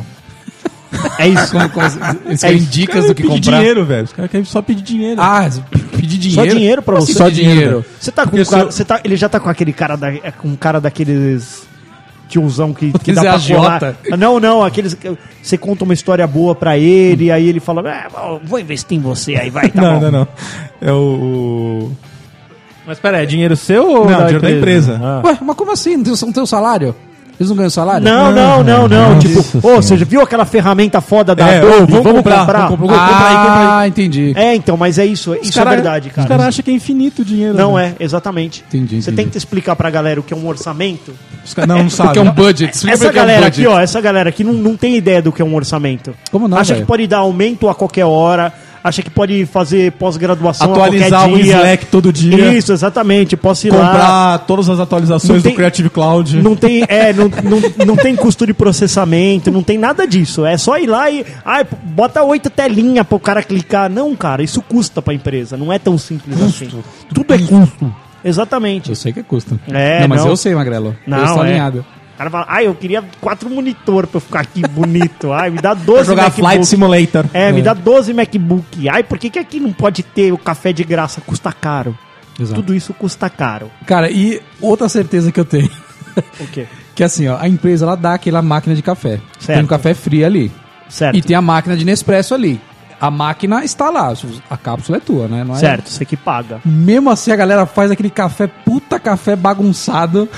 É isso. Eles É querem isso. dicas Os do caras que pedir comprar. dinheiro, velho. Os caras querem só pedir dinheiro. Ah, pedir dinheiro? Só dinheiro pra Como você. assim só dinheiro. Você tá com Porque um cara, se eu- você tá, ele já tá com aquele cara com um cara daqueles tiozão que Aqueles dá pra agiota. colar. Não, aqueles que você conta uma história boa pra ele, aí ele fala, vou investir em você, aí vai, tá bom. não. É o... Mas pera, é dinheiro seu ou Não, dinheiro da empresa. Ah. Ué, mas como assim? Não tem o salário? Eles não ganham salário? Não. Tipo, Nossa você já viu aquela ferramenta foda da É, Adobe? vamos comprar. Entendi. É, então, mas é isso. Isso é verdade, Os cara. caras acham que é infinito o dinheiro. Não né? é, exatamente. Entendi, Você entendi. tenta explicar pra galera o que é um orçamento? Os caras não sabem. Porque é um budget. Explica Essa pra que é um galera budget. aqui, ó, essa galera aqui não tem ideia do que é um orçamento. Como não, Acha velho? que pode dar aumento a qualquer hora, acha que pode fazer pós-graduação Atualizar a o qualquer dia. Slack todo dia. Isso, exatamente. Posso ir lá. Comprar todas as atualizações Não tem- do Creative Cloud. Não tem, não tem custo de processamento, não tem nada disso. É só ir lá e. Bota 8 telinhas pro cara clicar. Não, cara, isso custa pra empresa. Não é tão simples assim. Tudo é custo. Exatamente. Eu sei que custa. É, não, mas não. eu sei, Magrelo. Não, eu estou é. alinhado. O cara fala, eu queria 4 monitor pra eu ficar aqui bonito. Me dá 12 Jogar MacBook. Flight Simulator. Me dá 12 MacBook. Por que aqui não pode ter o café de graça? Custa caro. Exato. Tudo isso custa caro. Cara, e outra certeza que eu tenho. O quê? Que assim, ó, a empresa ela dá aquela máquina de café. Certo. Tem um café frio ali. Certo. E tem a máquina de Nespresso ali. A máquina está lá. A cápsula é tua, né? Não é... Certo, você que paga. Mesmo assim, a galera faz aquele puta café bagunçado.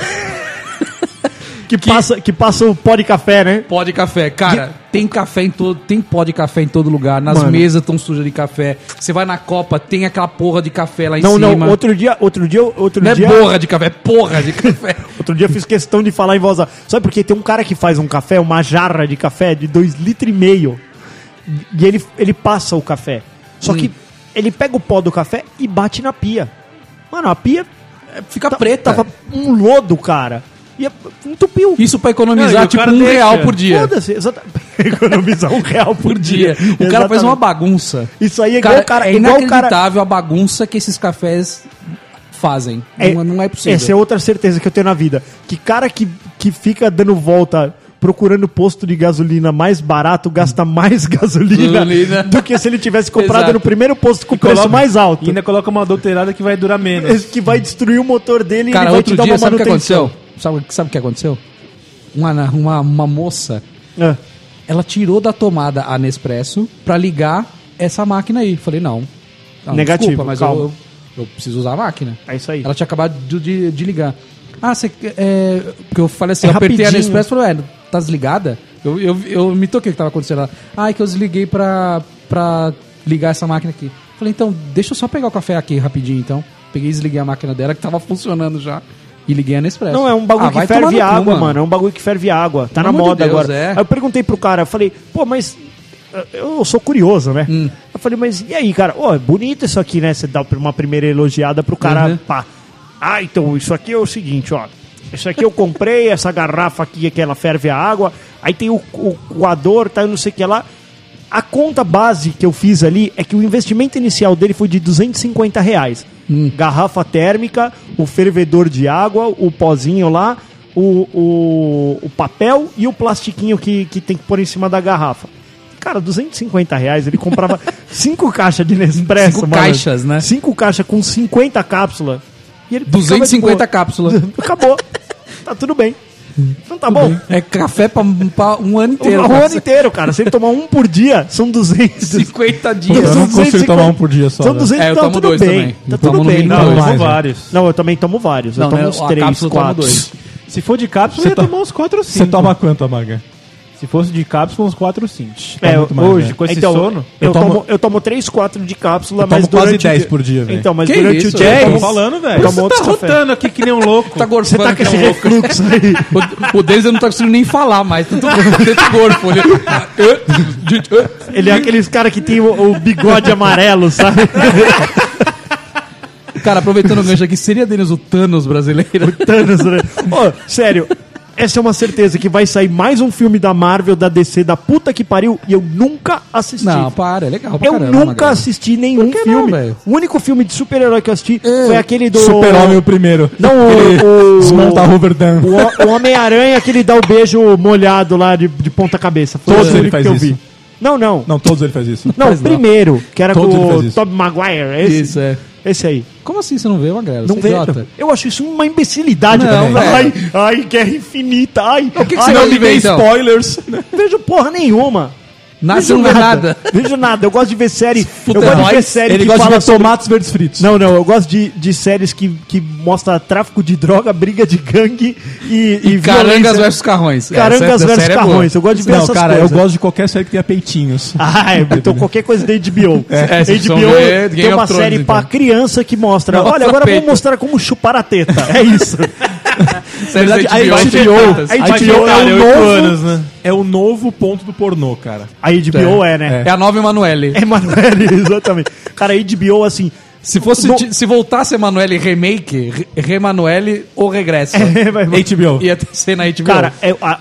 Que passa o pó de café, né? Pó de café. Cara, tem café em todo. Tem pó de café em todo lugar. Nas Mano. mesas estão sujas de café. Você vai na Copa, tem aquela porra de café lá em Não, cima. não, outro dia, Não é porra de café, é porra de café. outro dia eu fiz questão de falar em voz alta. Sabe por quê? Tem um cara que faz um café, uma jarra de café de 2,5 litros. E ele passa o café. Só que ele pega o pó do café e bate na pia. Mano, a pia Fica preta. tava um lodo, cara. E entupiu. Isso pra Não, e economizar, o tipo, cara R$1 deixa. por dia. Foda-se, economizar R$1 por dia. O cara faz Exatamente. uma bagunça. Isso aí é Cara, igual o cara. é igual o cara. inacreditável a bagunça que esses cafés fazem. Não é possível. Essa é outra certeza que eu tenho na vida. Que cara que fica dando volta procurando posto de gasolina mais barato gasta mais gasolina Gasolina. do que se ele tivesse comprado Exato. no primeiro posto com o Coloca- preço mais alto. E ainda coloca uma adulterada que vai durar menos. Esse que vai destruir o motor dele e Cara, ele vai outro te dar dia, uma sabe o que manutenção. aconteceu? Sabe o que aconteceu? Uma moça, Ah, ela tirou da tomada a Nespresso pra ligar essa máquina aí. Falei, não. Negativo, desculpa, mas calma. eu preciso usar a máquina. É isso aí. Ela tinha acabado de ligar. Você... porque eu falei assim, É eu apertei a rapidinho. Nespresso e falei, tá desligada? Eu me toquei o que tava acontecendo lá. É que eu desliguei pra ligar essa máquina aqui. Falei, então, deixa eu só pegar o café aqui rapidinho, então. Peguei e desliguei a máquina dela, que tava funcionando já. E liguei a Nespresso. Não, é um bagulho que vai tomar ferve no cu, água, mano. É um bagulho que ferve água. Tá Pelo na amor moda de Deus, agora. é. Aí eu perguntei pro cara, eu falei, pô, mas eu sou curioso, né? Eu falei, mas e aí, cara? É bonito isso aqui, né? Você dá uma primeira elogiada pro cara, pá. Então, isso aqui é o seguinte, ó. Isso aqui eu comprei, essa garrafa aqui que ela ferve a água. Aí tem o coador, tá, eu não sei o que lá. A conta base que eu fiz ali é que o investimento inicial dele foi de R$250. Garrafa térmica, o fervedor de água, o pozinho lá, o papel e o plastiquinho que tem que pôr em cima da garrafa. Cara, R$250, ele comprava 5 caixas de Nespresso, 5 mano. caixas, né? 5 caixas com 50 cápsulas. E ele 250 cápsulas. Acabou. Tá tudo bem. Não tá bom? É café pra um ano inteiro. O ano inteiro, cara. Se ele tomar um por dia, são 200. 50 Eu dias. não consigo tomar um por dia só. São né? 200, Eu não, tomo tudo 2 bem. também. Tá Eu tudo tomo no bem. mínimo Não, eu 2. tomo mais, né? vários. Não, eu também tomo vários. Eu Não, tomo né, uns a 3, cápsula eu tomo 4. 2. Se for de cápsula, Você eu ia tomar uns 4 ou 5. Você toma quanto, Amaga? Se fosse de cápsula, uns 4 ou 5. muito mais, Hoje, né? com esse Então, sono... eu tomo 3, 4 de cápsula, Eu mas tomo quase durante 10 o dia... por dia, velho. Então, mas Que durante isso, o dia... velho? eu Tô tomo- falando, velho. eu tomo Você tá outros cafés. rotando aqui que nem um louco. Tá gorfando Você tá com esse que nem um louco. refluxo aí. O Denis não tá conseguindo nem falar mais. Tanto gorfo. Ele é aqueles cara que tem o bigode amarelo, sabe? Cara, aproveitando o gancho aqui, seria Denis o Thanos brasileiro? Thanos, né? Ô, sério, essa é uma certeza que vai sair mais um filme da Marvel, da DC, da puta que pariu, e eu nunca assisti. Não, para, é legal pra Eu caramba. nunca Magrelo. assisti nenhum Por que filme. não, velho? O único filme de super-herói que eu assisti foi aquele do... Super-Homem o primeiro. Não, Ele desmonta a Ruberdam. o Homem-Aranha que ele dá o beijo molhado lá de ponta-cabeça. Foi Todos esse ele faz que eu isso. vi. Não. Não, todos ele faz isso. Não, o primeiro, que era Todos ele com faz o isso. Tobey Maguire. Esse, Isso, é. esse aí. Como assim você não vê, Magrelo? Não Você é vejo. idiota? Eu acho isso uma imbecilidade. Não, velho. velho. Ai, guerra infinita. Ai, O que ai, você não gosta de ver, Tem então? spoilers. Não vejo porra nenhuma. Você não vê nada. Vejo nada. Eu gosto de ver série. Eu Futebol. gosto de ver série Ele que gosta de fala ver sobre... tomates verdes fritos. Não, eu gosto de séries que mostra tráfico de droga, briga de gangue e Carangas violência. versus Carrões. Carangas Essa versus série é boa. Carrões. Eu gosto de ver Não, essas cara, coisas. eu gosto de qualquer série que tenha peitinhos. Então qualquer coisa da HBO. vocês HBO precisam ver Game tem uma of Thrones, série então. pra criança que mostra. Não, Olha, agora peito. vamos mostrar como chupar a teta. É isso. Séries verdade, da a HBO fechadas. a HBO cara, é o 8 novo, anos, né? é o novo ponto do pornô, cara. A HBO é, né? É a nova Emanuele. É Emanuele, exatamente. Cara, a HBO, assim... Se fosse, No- se voltasse Emanuele remake, Remanuele ou regresso. HBO. Ia ser na HBO. Cara,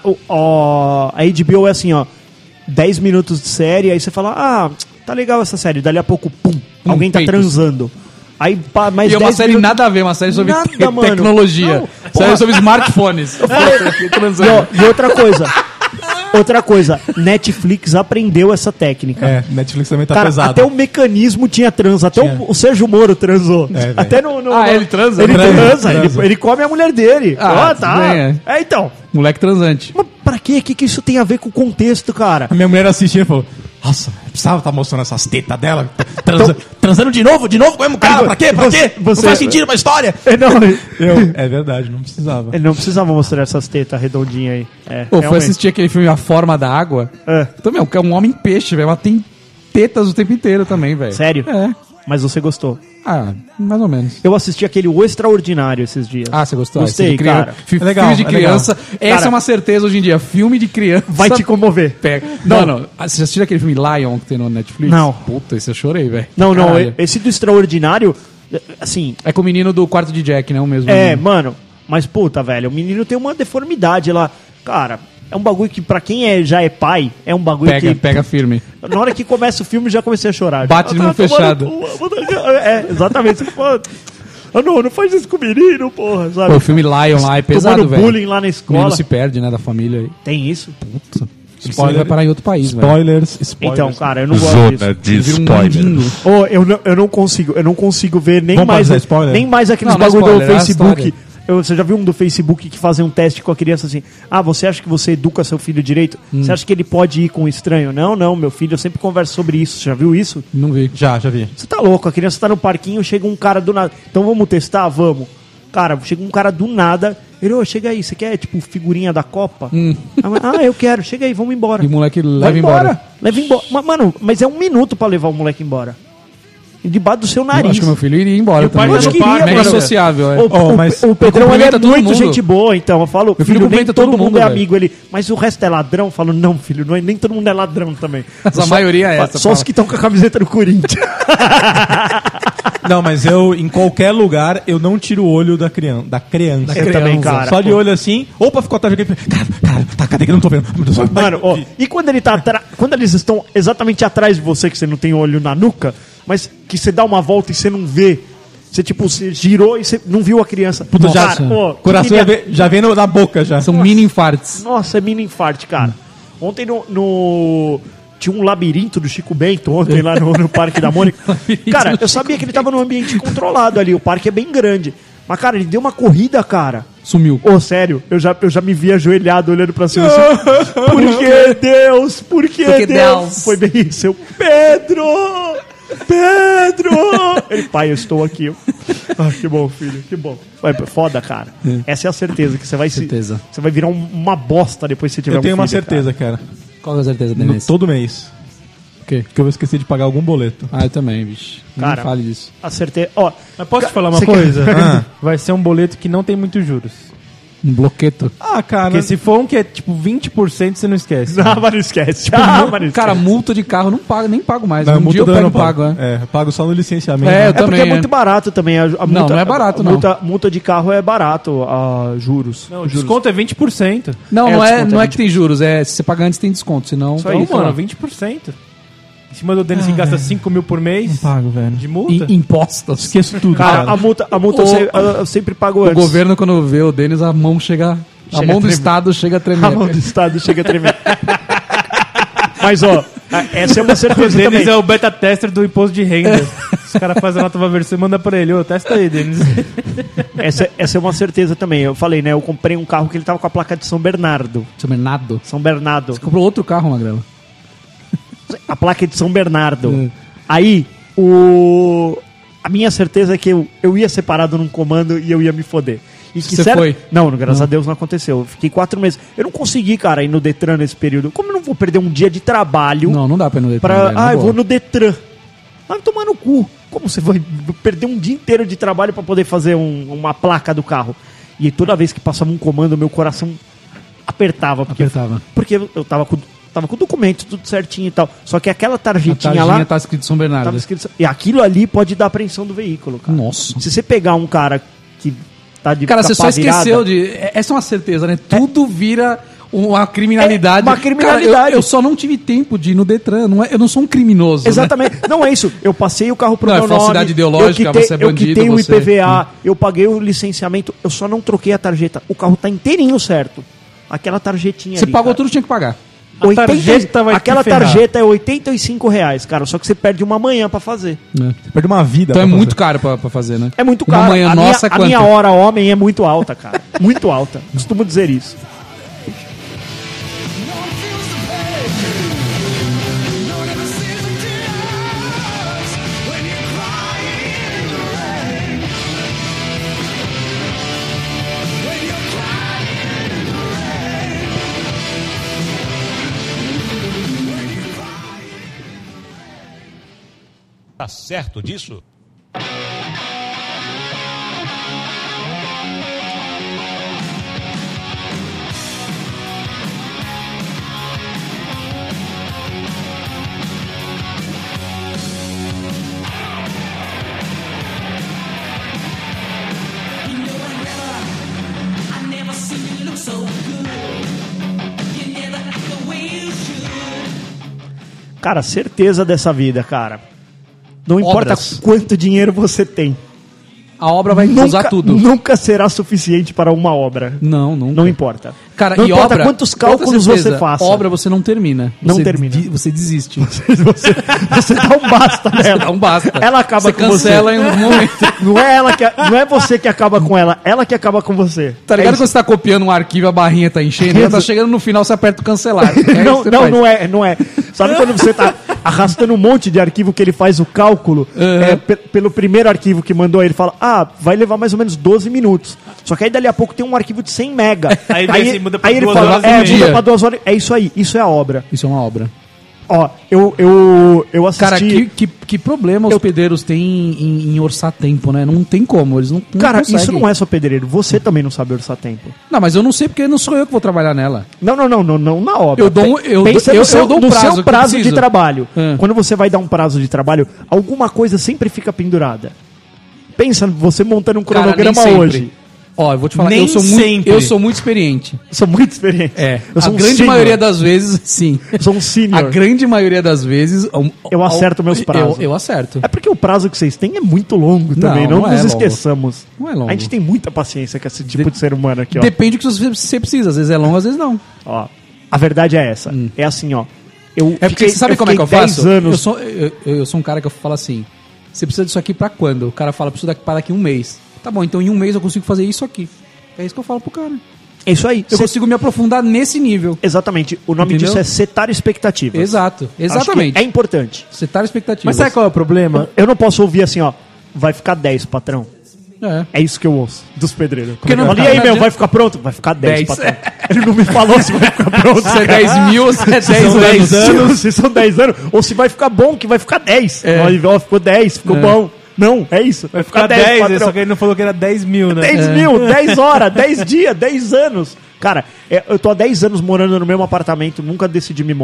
a HBO é assim, ó. 10 minutos de série, aí você fala, tá legal essa série. Dali a pouco, pum, alguém tá peitos. transando. Aí, mais e é uma 10 série minutos... nada a ver, uma série sobre Nada, mano. tecnologia. Não, série porra. sobre smartphones. Transando. E outra coisa. Outra coisa, Netflix aprendeu essa técnica. É, Netflix também tá Cara, pesado. até o mecanismo tinha trans, até Tinha. o Sérgio Moro transou. velho. Até no ele transa? Ele Transa. Ele come a mulher dele. Ah, tá. tudo bem, é. Então. Moleque transante. Mas pra quê? O que isso tem a ver com o contexto, cara? A minha mulher assistindo e falou: Nossa, precisava estar mostrando essas tetas dela. Transando de novo com o mesmo cara. Pra quê? Pra quê? Não faz sentido pra história. Não, É verdade, não precisava. ele não precisava mostrar essas tetas redondinhas aí. Pô, foi realmente. assistir aquele filme A Forma da Água. É. Também, é um homem peixe, velho. Mas tem tetas o tempo inteiro também, velho. Sério? É. Mas você gostou? Ah, mais ou menos. Eu assisti aquele O Extraordinário esses dias. Ah, você gostou? Gostei, Esse de cara. Filme legal, de é legal. criança. Essa Cara, é uma certeza hoje em dia. Filme de criança. Vai te comover. Pega. Não. Mano, você já assistiu aquele filme Lion que tem no Netflix? Não. Puta, esse eu chorei, velho. Não, Caralho. esse do Extraordinário, assim, É com o menino do quarto de Jack, né? O mesmo. é, menino. mano, mas puta, velho, o menino tem uma deformidade lá. Cara, é um bagulho que pra quem já é pai, é um bagulho Pega firme. Na hora que começa o filme, já comecei a chorar. Bate de mão fechada. Exatamente. Você fala, não faz isso com o menino, porra, sabe? Pô, o filme Lion lá é pesado, Tomando velho. bullying lá na O menino escola. se perde, né? Da família aí. Tem isso? Spoiler. Vai parar em outro país, velho. Spoilers. Então, cara, eu não gosto disso. Ele vira um mendigo. Ô, eu não consigo ver nem Vamos mais, fazer spoiler? nem mais aqueles Não, não é bagulho do spoiler, é a Facebook. história. Você já viu um do Facebook que fazem um teste com a criança assim? Ah, você acha que você educa seu filho direito? Você acha que ele pode ir com um estranho? Não, meu filho, eu sempre converso sobre isso. Você já viu isso? Não vi. Já vi. Você tá louco, a criança tá no parquinho, chega um cara do nada. Então vamos testar? Vamos. Cara, chega um cara do nada. Ele, chega aí, você quer, tipo, figurinha da Copa? Eu quero, chega aí, vamos embora. E o moleque Vai leva embora. Leva embora. Mano, mas é 1 minuto pra levar o moleque embora. Debaixo do seu Eu nariz. acho que meu filho iria embora o pai também. tá no parque, Mega mano. sociável, é. Mas O Pedrão, ele é cumprimenta todo muito mundo. gente boa, então. Eu falo, Meu filho filho, nem cumprimenta todo todo mundo mundo, é velho. amigo. Ele, mas o resto é ladrão? Eu falo, não, filho, nem todo mundo é ladrão também. Mas a maioria é essa, Só fala. os que estão com a camiseta do Corinthians. Não, mas eu, em qualquer lugar, eu não tiro o olho da criança. Eu também, cara. Só de olho assim. Opa, ficou atrás de alguém. Cara, tá, cadê que eu não tô vendo? Meu Deus, Mano, e quando ele tá quando eles estão exatamente atrás de você, que você não tem olho na nuca, mas que você dá uma volta e você não vê. Você, tipo, você girou e você não viu a criança. Puta, já, Nossa. coração já vem na boca já. São mini infartos. Nossa, é mini infarte, cara. Ontem tinha um labirinto do Chico Bento ontem lá no Parque da Mônica. Cara, eu sabia que ele tava num ambiente controlado ali. O parque é bem grande. Mas, cara, ele deu uma corrida, cara. Sumiu. Sério, eu já me vi ajoelhado olhando pra cima assim. Por que Deus? Por que Porque Deus? Deus. Foi bem isso. Pedro! Ele, pai, eu estou aqui. Que bom, filho, que bom. Foda, cara. Essa é a certeza que você vai Certeza. você vai virar uma bosta depois que você tiver Eu tenho um uma filho, certeza, cara. Qual é a certeza, Denis? Todo mês. O quê? Que eu vou esquecer de pagar algum boleto. Ah, eu também, bicho. Cara, Não fale disso. A certeza. Ó, Mas posso te falar uma Você quer- coisa? Vai ser um boleto que não tem muitos juros. Um bloqueto. Ah, cara. Porque se for um que é tipo 20%, você não esquece. não, mas não esquece. Cara, multa de carro não paga, nem pago mais. Não, Um multa dia eu do pego ano e pago, é. eu pago só no licenciamento. É, né? eu É porque também, é muito barato também. A multa, não é barato, não. Multa de carro é barato, juros. Não, o desconto é 20%. Não, É, não o é, desconto não é é que tem juros, é se você pagar antes tem desconto, senão... Só Então, isso, mano, né? 20%. Em cima do Denis que gasta 5 mil por mês Pago, velho. de multa. Impostos. Esqueço tudo, Cara, cara. a multa eu sempre pago O antes. governo, quando vê o Denis, a mão chega... A Chega mão a do tremer. Estado chega a tremer. A mão do Estado chega a tremer. Mas, ó, essa é uma O certeza Denis também. é o beta tester do imposto de renda. Os caras fazem a nota pra ver, você manda pra ele, testa aí, Denis. Essa é uma certeza também. Eu falei, né? Eu comprei um carro que ele tava com a placa de São Bernardo. Seu Bernardo. São Bernardo. Você comprou outro carro, Magrela? A placa é de São Bernardo. Hum. Aí, a minha certeza é que eu ia ser parado num comando e eu ia me foder. E que Você foi? Não, graças a Deus não aconteceu. Eu fiquei 4 meses. Eu não consegui, cara, ir no Detran nesse período. Como eu não vou perder um dia de trabalho Não não dá pra ir no Detran. pra... velho, na eu boa. vou no Detran. Vai tomar no cu. Como você vai perder um dia inteiro de trabalho pra poder fazer uma placa do carro? E toda vez que passava um comando, meu coração apertava. Porque eu tava com o documento tudo certinho e tal. Só que aquela A tarjetinha tarjinha lá... tá escrito São Bernardo. Tava escrito... E aquilo ali pode dar apreensão do veículo, cara. Nossa. Se você pegar um cara que tá de Cara, você capa só virada- esqueceu de... Essa é uma certeza, né? Tudo vira uma criminalidade. É uma criminalidade. Cara, eu só não tive tempo de ir no Detran. Eu não sou um criminoso. né? Exatamente. Não é isso. Eu passei o carro pro Não, é meu nome. falsidade ideológica, você é Eu bandido, quitei o você- IPVA, eu paguei o licenciamento, eu só não troquei a tarjeta. O carro tá inteirinho certo. Aquela tarjetinha Você ali, pagou cara. tudo, tinha que pagar. A tarjeta vai te Aquela ferrar. tarjeta é R$85, cara. Só que você perde uma manhã pra fazer. Né? Você perde uma vida. Então é pra muito fazer. caro pra fazer, né? É muito Uma caro. manhã a nossa, minha, a quanto? minha hora homem é muito alta, cara. Muito alta. Costumo dizer isso. Tá certo disso? Cara, certeza dessa vida, cara. Não importa Obras. quanto dinheiro você tem. A obra vai usar tudo. Nunca será suficiente para uma obra. Não, nunca. Não importa. Cara, não e importa obra, quantos outra cálculos certeza, você faça. Obra você não termina. Não Você termina. Você desiste. Você dá um basta nela. Dá um basta. Ela acaba Você com você. cancela em um momento. Não é você que acaba com ela que acaba com você. Tá ligado É quando você tá copiando um arquivo, a barrinha tá enchendo, já tá chegando no final, você aperta o cancelar. É isso que você faz. Não é. Sabe quando você tá arrastando um monte de arquivo que ele faz o cálculo pelo primeiro arquivo que mandou, ele fala, vai levar mais ou menos 12 minutos. Só que aí dali a pouco tem um arquivo de 100 mega. Aí muda pra ele 2 fala, horas e meia. muda pra 2 horas. É isso aí, isso é a obra. Isso é uma obra. Ó, eu assisti... Cara, que problema os pedreiros têm em orçar tempo, né? Não tem como, eles não Cara, conseguem. isso não é só pedreiro. Você também não sabe orçar tempo. Não, mas eu não sei porque não sou eu que vou trabalhar nela. Não na obra. Eu dou Pensa eu no seu, dou um no prazo seu que prazo eu de preciso. trabalho. É. Quando você vai dar um prazo de trabalho, alguma coisa sempre fica pendurada. Pensa você montando um Cara, cronograma nem sempre. hoje. Ó, eu vou te falar, Nem sempre. eu sou muito experiente. Eu sou muito experiente. Eu A sou um grande senior. maioria das vezes, sim. Eu sou um senior. A grande maioria das vezes... Eu acerto meus prazos. Eu acerto. É porque o prazo que vocês têm é muito longo também, não não nos é longo. esqueçamos. Não é longo. A gente tem muita paciência com esse tipo de ser humano aqui, ó. Depende do que você precisa. Às vezes é longo, às vezes não. Ó, a verdade é essa. É assim, ó. É porque você sabe como é que eu fiquei faço? 10 anos. Eu sou um cara que eu falo assim, você precisa disso aqui pra quando? O cara fala, preciso para daqui 1 mês. Tá bom, então em 1 mês eu consigo fazer isso aqui. É isso que eu falo pro cara. É isso aí. Eu consigo me aprofundar nesse nível. Exatamente. O nome Entendeu? disso é setar expectativas. Exato, Acho que exatamente. é importante. Setar expectativas. Mas sabe qual é o problema? Eu não posso ouvir assim, ó. Vai ficar 10, patrão. É. É isso que eu ouço dos pedreiros. Porque não- E aí, não meu, adianta- vai ficar pronto? Vai ficar 10, 10. patrão. Ele não me falou se vai ficar pronto. Se é 10 mil, se é 10 São 10 anos. anos. Se são 10 anos. Ou se vai ficar bom, que vai ficar 10. É. Ó, ficou 10, ficou bom. Não, é isso. Vai ficar 10, só que ele não falou que era 10 mil, né? 10 mil, 10 horas, 10 dias, 10 anos. Cara, eu tô há 10 anos morando no mesmo apartamento, nunca decidi me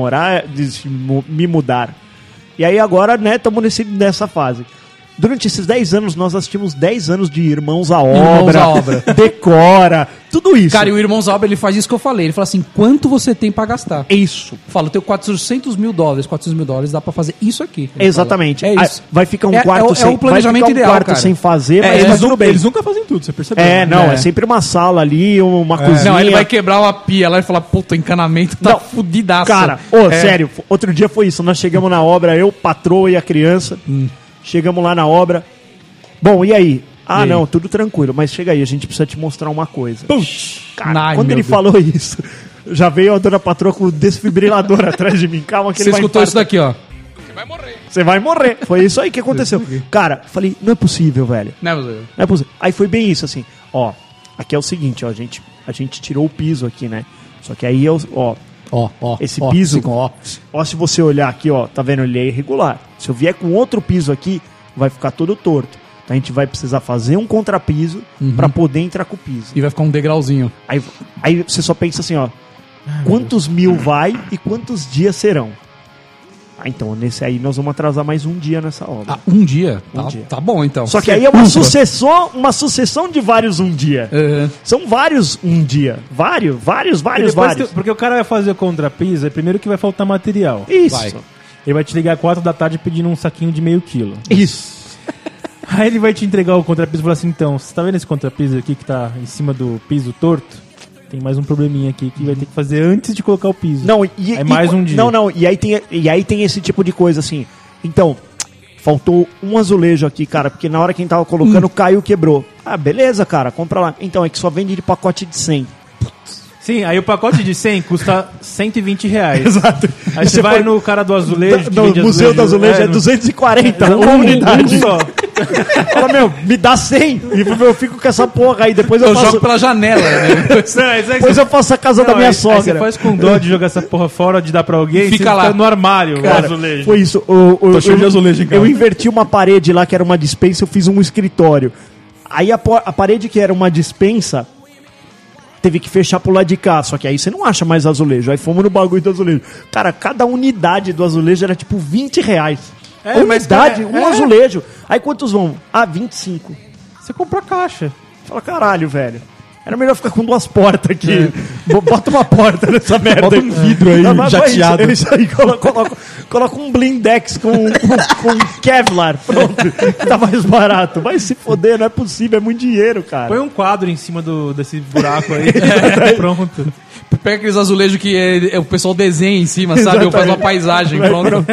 mudar. E aí agora, né, estamos nessa fase. Durante esses 10 anos, nós assistimos 10 anos de Irmãos à Obra, Decora, tudo isso. Cara, e o Irmãos Obra, ele faz isso que eu falei. Ele fala assim, quanto você tem pra gastar? Isso. Fala, eu tenho $400 mil. $400 mil dá pra fazer isso aqui. Ele Exatamente. fala. É isso. Vai ficar um É- quarto é sem o planejamento vai ficar um ideal, quarto cara. sem fazer, mas eles, tudo bem. eles nunca fazem tudo, você percebeu? É É. sempre uma sala ali, uma cozinha. Não, ele vai quebrar uma pia lá e falar, puta, o encanamento tá Não, fudidaço. Cara, sério, outro dia foi isso. Nós chegamos na obra, eu, patroa e a criança. Chegamos lá na obra. Bom, e aí? aí? Não, tudo tranquilo, mas chega aí, a gente precisa te mostrar uma coisa. Cara, Ai, quando meu ele Deus. falou isso, já veio a dona patroa com o desfibrilador atrás de mim. Calma que Você ele vai escutou isso infartar. daqui, ó. Você vai morrer. Foi isso aí que aconteceu. Cara, falei, não é possível, velho. Né, Não é possível. Aí foi bem isso, assim. Ó, aqui é o seguinte, ó, a gente tirou o piso aqui, né? Só que aí, esse piso, ó, se você olhar aqui, ó, tá vendo? Ele é irregular. Se eu vier com outro piso aqui, vai ficar todo torto. Então a gente vai precisar fazer um contrapiso pra poder entrar com o piso. E vai ficar um degrauzinho. Aí você só pensa assim, ó, quantos mil vai e quantos dias serão? Então, nesse aí nós vamos atrasar mais um dia nessa obra. Ah, um dia? dia. Tá bom, então. Só que aí é uma sucessão de vários um dia. Uhum. São vários um dia. Vários. Porque o cara vai fazer o contrapiso, é primeiro que vai faltar material. Isso. Vai. Ele vai te ligar 4 da tarde pedindo um saquinho de meio quilo. Isso. Aí ele vai te entregar o contrapiso e falar assim, então, você tá vendo esse contrapiso aqui que tá em cima do piso torto? Tem mais um probleminha aqui que vai ter que fazer antes de colocar o piso. Não, é mais um dia. Não, e aí tem esse tipo de coisa assim. Então, faltou um azulejo aqui, cara, porque na hora que a gente tava colocando, caiu, quebrou. Ah, beleza, cara, compra lá. Então, é que só vende de pacote de 100. Sim, aí o pacote de 100 custa R$150. Exato. Aí você vai no cara do azulejo, que No vende Museu do Azulejo é no- 240, uma unidade. Um só. Fala, meu, me dá 100 e eu fico com essa porra aí. Depois eu Eu faço, jogo pela janela, né? Não, isso aí depois você- eu faço a casa da Não, minha aí você sogra. faz com dó de jogar essa porra fora, de dar pra alguém, Fica você lá. no armário, o Cara, azulejo. foi isso. Tô cheio de azulejo em casa. Eu inverti uma parede lá que era uma dispensa, eu fiz um escritório. Aí a parede que era uma dispensa teve que fechar pro lado de cá. Só que aí você não acha mais azulejo. Aí fomos no bagulho do azulejo. Cara, cada unidade do azulejo era tipo R$20. mas, Unidade, cara, um azulejo. Aí quantos vão? Ah, 25. Você compra a caixa. Fala, caralho, velho. Era melhor ficar com 2 portas aqui. Bota uma porta nessa merda. Bota um vidro aí, mas jateado. É isso aí, coloca um blindex com Kevlar. Pronto, tá mais barato. Vai se foder, não é possível, é muito dinheiro, cara. Põe um quadro em cima desse buraco aí. Pronto. Pega aqueles azulejos que o pessoal desenha em cima, sabe? Ou faz uma paisagem, pronto.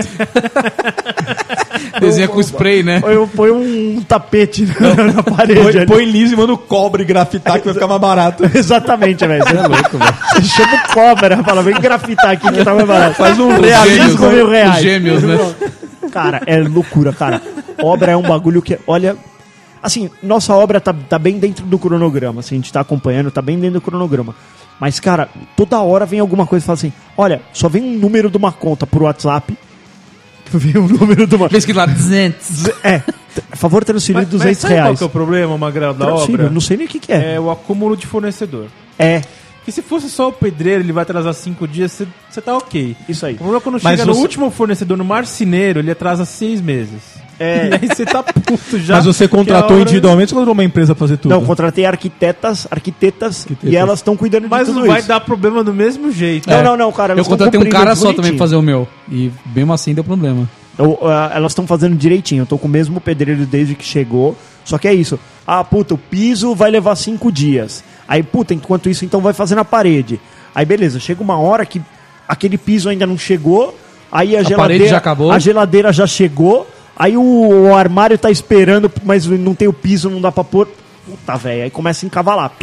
Desenha com spray, né? Põe um tapete na parede. ali. Põe liso e manda o cobre grafitar que vai ficar mais barato. Exatamente, velho. Você é louco, velho. Você chama o cobra, fala, vem grafitar aqui que tá mais barato. Faz um realismo gêmeos, R$1.000. os gêmeos, né? Cara, é loucura, cara. Obra é um bagulho que, olha... Assim, nossa obra tá bem dentro do cronograma. Assim, a gente tá acompanhando, tá bem dentro do cronograma. Mas, cara, toda hora vem alguma coisa e fala assim, olha, só vem um número de uma conta pro WhatsApp. Vem um número de uma... Vê que lá, 200. Favor transferir R$200. Sabe qual que é o problema, Magrelo, da Transfiro, obra? não sei nem o que é. É o acúmulo de fornecedor. É, Que se fosse só o pedreiro, ele vai atrasar 5 dias, você tá ok. isso aí. O problema é quando Mas chega no você- último fornecedor, no marceneiro, ele atrasa 6 meses. E aí você tá puto já. Mas você contratou que a obra- individualmente ou contratou uma empresa pra fazer tudo? Não, contratei arquitetas e elas estão cuidando Mas de tudo não vai isso. dar problema do mesmo jeito. Não, cara. Eu elas tão contratei um cumprindo cara só bonitinho. também pra fazer o meu. E mesmo assim deu problema. Elas estão fazendo direitinho. Eu tô com o mesmo pedreiro desde que chegou. Só que é isso. Ah, puta, o piso vai levar 5 dias. Aí, puta, enquanto isso, então vai fazer na parede. Aí, beleza, chega uma hora que aquele piso ainda não chegou. Aí a geladeira parede já acabou. A geladeira já chegou. Aí o armário tá esperando, mas não tem o piso, não dá pra pôr. Puta, velho. Aí começa a encavalar.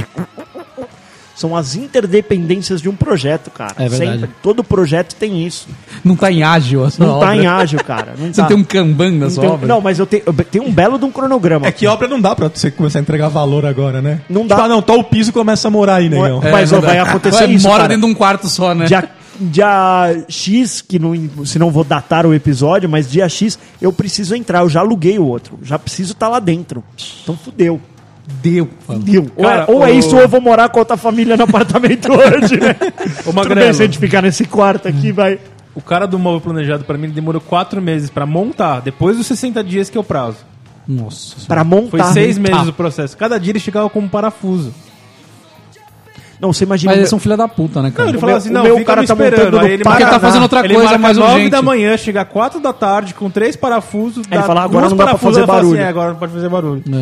São as interdependências de um projeto, cara. É verdade. Sempre. Todo projeto tem isso. Não tá em ágil a sua Não obra. tá em ágil, cara. Não Você tá. tem um Kanban na sua Então, obra? não, mas eu tenho um belo de um cronograma. É que obra não dá pra você começar a entregar valor agora, né? Não Tipo, dá. Ah, não, tá o piso e começa a morar aí, negão. Mas ó, vai acontecer isso, Mora cara. dentro de um quarto só, né? Dia X, que não, se não vou datar o episódio, mas dia X eu preciso entrar. Eu já aluguei o outro. Já preciso estar lá dentro. Então fudeu. Deu. Fudeu. Cara, ou é isso ou eu vou morar com outra família no apartamento hoje, né? Tudo Magrelo. bem se a gente ficar nesse quarto aqui, vai. O cara do móvel planejado, pra mim, ele demorou 4 meses pra montar, depois dos 60 dias que é o prazo. Nossa. Pra montar. Foi 6 meses o processo. Cada dia ele chegava com um parafuso. Não, você imagina. Mas eles são filha da puta, né, cara? Não, ele O falou meu- assim, o não, meu fica cara me tá esperando. montando no Aí ele Paraná. Porque tá fazendo outra ele coisa marca mais 9 urgente. da manhã, chega 4 da tarde com 3 parafusos. Aí ele fala, agora 2 não dá pra parafusos, fazer ela fala barulho. Assim, agora não pode fazer barulho. É.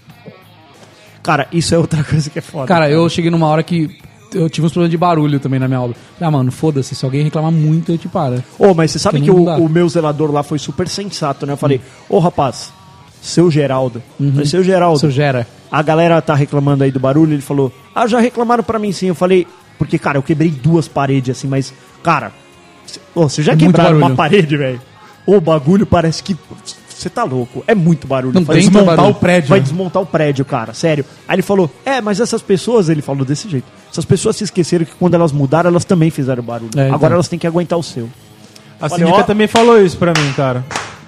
Cara, isso é outra coisa que é foda. Cara, eu cheguei numa hora que eu tive uns problemas de barulho também na minha obra. Ah, mano, foda-se, se alguém reclamar muito, eu te paro. Ô, mas você sabe Que que não o, dá. o meu zelador lá foi super sensato, né? Eu falei, ô rapaz, seu Geraldo. Eu falei, seu Geraldo, Isso gera. a galera tá reclamando aí do barulho. Ele falou, ah, já reclamaram pra mim sim. Eu falei, porque, cara, eu quebrei 2 paredes assim, mas, cara, você já É muito quebraram uma barulho. parede, velho? O bagulho parece que. Você tá louco, é muito barulho. Não Eu falei, tem Desmontar barulho. o prédio. Vai desmontar o prédio, cara, sério. Aí ele falou, mas essas pessoas, ele falou desse jeito, essas pessoas se esqueceram que quando elas mudaram, elas também fizeram barulho. É, então. Agora elas têm que aguentar o seu. A Olha, síndica ó. também falou isso pra mim, cara.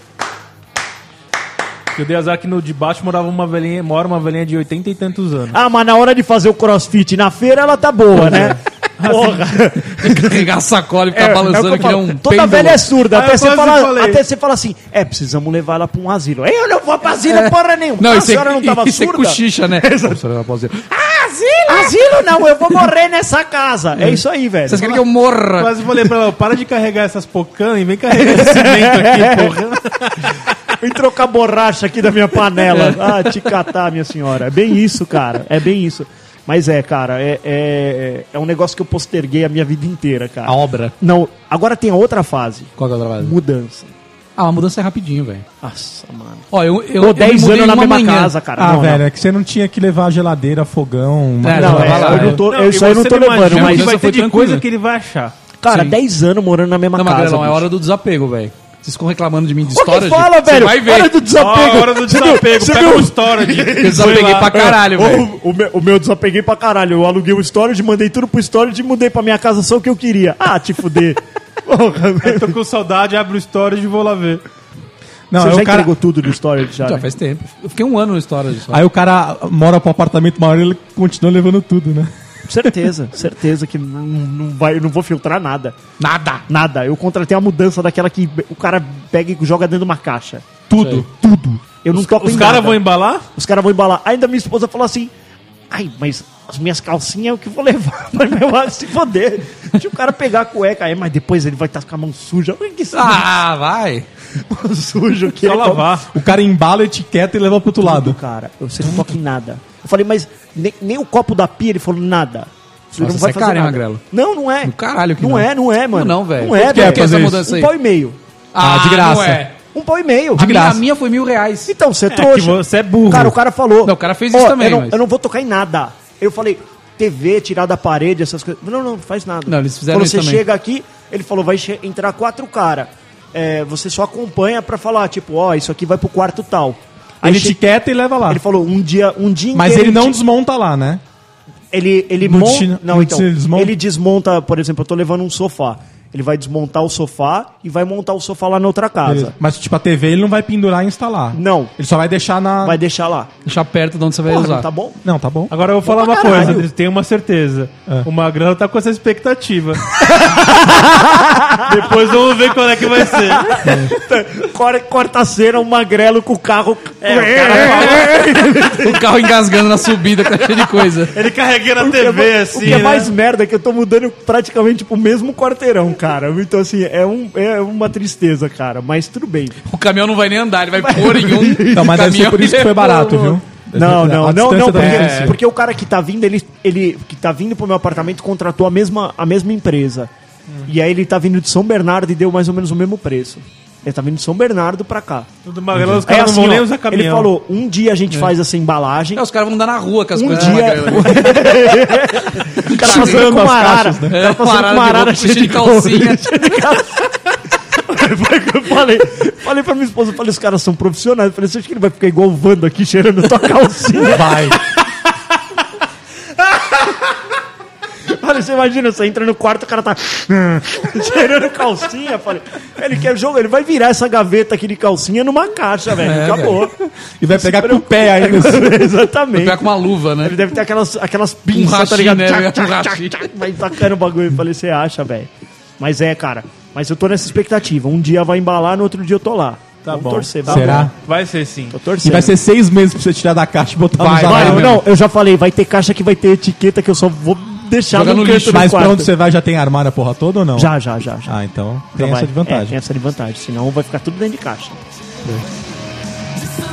Eu dei azar que no de baixo mora uma velhinha de 80 e tantos anos. Ah, mas na hora de fazer o crossfit na feira, ela tá boa, né? Porra. Pegar a sacola e ficar É o balançando que eu que nem falo. um Toda pêndulo. velha é surda. Ah, eu quase falei. Até você fala assim, precisamos levar ela pra um asilo. Eu não vou pra asilo porra nenhuma. Não, a e você senhora não tava surda? cochicha, né? Pô, a senhora vai fazer. Asilo não, eu vou morrer nessa casa. É isso aí, velho. Vocês querem que eu morra? Quase falei pra ela, para de carregar essas pocãs e vem carregar esse cimento aqui, porra. Vem trocar borracha aqui da minha panela. Ah, te catar, minha senhora. É bem isso, cara. É bem isso. Mas cara, é um negócio que eu posterguei a minha vida inteira, cara. A obra. Não, agora tem a outra fase. Qual que é o trabalho? Mudança. Ah, a mudança é rapidinho, velho. Nossa, mano. Ó, eu Tô 10 me mudei anos na uma mesma manhã. casa, cara. Ah, Não, velho, não. é que você não tinha que levar geladeira, fogão... É, Não, vai lá, eu não tô, Não, isso aí eu não você tô levando, imagina mas... que vai Essa foi ter de tranquila. coisa que ele vai achar. Cara, Sim. 10 anos morando na mesma Não, casa. Magrelão, é bicho. hora do desapego, velho. Vocês ficam reclamando de mim de O que storage? fala, Você velho? vai ver. Hora do desapego. Hora do desapego, Você pega viu? o storage. Eu desapeguei pra caralho, velho. O meu desapeguei pra caralho. Eu aluguei o storage, mandei tudo pro storage e mudei pra minha casa só o que eu queria. Ah, te fuder. Porra, Eu tô com saudade, abre o storage e vou lá ver. Não, você aí já o cara... entregou tudo do storage já, Já né? faz tempo. Eu fiquei um ano no storage só. Aí o cara mora pro apartamento maior e ele continua levando tudo, né? Certeza que não vou filtrar nada. Nada. Nada. Eu contratei uma mudança daquela que o cara pega e joga dentro de uma caixa. Tudo. Eu não toco Os em caras nada. vão embalar? Os caras vão embalar. Ainda minha esposa falou assim, ai, mas as minhas calcinhas é o que eu vou levar. Mas, meu, se foder. Deixa o cara pegar a cueca aí, mas depois ele vai estar com a mão suja. Que Vai. mão suja que Só lavar. O cara embala a etiqueta e leva pro outro lado. Cara, você não toca em nada. Eu falei, mas nem o copo da pia, ele falou nada. Você Nossa, não vai isso é fazer caro, hein, nada. Magrelo? Não é. Do caralho que não. Não é, mano. Não, velho. Não é, Quanto que é velho. pra essa fazer mudança aí? £1,5. Ah, de graça. Não é. £1,5. De graça. A minha foi R$1.000. Então, você é Que trouxa. você é burro. Cara, o cara falou. Não, o cara fez isso também, mas- Eu não vou tocar em nada. Eu falei, TV, tirar da parede, essas coisas. Não faz nada. Não, eles fizeram Quando isso você também. chega aqui, ele falou, vai entrar 4 caras. Você só acompanha pra falar, tipo, ó, isso aqui vai pro quarto tal. Aí Ele etiqueta e leva lá. ele falou, um dia Mas inteiro ele não de- desmonta lá, né? Ele No monta. destino- Não, no então. destino desmonta? Ele desmonta, por exemplo, eu tô levando um sofá. Ele vai desmontar o sofá e vai montar o sofá lá na outra casa. Beleza. Mas, tipo, a TV ele não vai pendurar e instalar. Não. Ele só vai deixar na... Vai deixar lá. Deixar perto de onde você vai Porra, usar. não tá bom? Não, tá bom. Agora eu vou falar pra uma caralho. coisa, tenho uma certeza. O Magrelo tá com essa expectativa. Depois vamos ver qual é que vai ser. Quarta-feira, um magrelo com o carro. O carro engasgando na subida, tá cheio de coisa. Ele carregando a TV assim, O que é né? mais merda é que eu tô mudando praticamente pro mesmo quarteirão, cara. Então, assim, é uma tristeza, cara. Mas tudo bem. O caminhão não vai nem andar, ele vai pôr em um. Não, mas deve ser caminhão por isso e que foi leva barato, o- viu? Não, A distância também porque, influencia. porque o cara que tá vindo, ele que tá vindo pro meu apartamento contratou a mesma empresa. E aí ele tá vindo de São Bernardo e deu mais ou menos o mesmo preço. Ele tá vindo de São Bernardo pra cá. Do Magrelo os É caras não vão assim, nem ó, usar caminhão. ele falou, um dia a gente faz essa embalagem. É, os caras vão andar na rua com as Um coisas. dia- Magrelo. O cara passando com uma arara. O cara passando com uma arara cheia de calcinha. Foi o que eu falei pra minha esposa, eu falei, os caras são profissionais. Eu falei, você acha que ele vai ficar igual o Wando aqui, cheirando tua calcinha? Vai. Falei, você imagina, você entra no quarto, o cara tá cheirando calcinha. Falei, ele quer jogo, ele vai virar essa gaveta aqui de calcinha numa caixa, velho. Acabou. E vai pegar com o pé ainda. Exatamente. Pega com uma luva, né? Ele deve ter aquelas pinças, rachi, tá ligado? né? Tchac, tchac, Um tchac, rachi. tchac, vai tacando o bagulho. Eu falei, você acha, velho? Mas cara. Mas eu tô nessa expectativa. Um dia vai embalar, no outro dia eu tô lá. Tá Vamos bom. torcer. Tá Será? bom. Vai ser sim. Tô E torcendo. vai ser 6 meses pra você tirar da caixa e botar Vai, nos vai, armários. Não, eu já falei, vai ter caixa que vai ter etiqueta que eu só vou deixar Joga no canto lixo. do Mas pra quarto. onde você vai já tem armário a porra toda ou não? Já. Ah, então Já tem vai. essa de vantagem. Tem essa de vantagem. Senão vai ficar tudo dentro de caixa.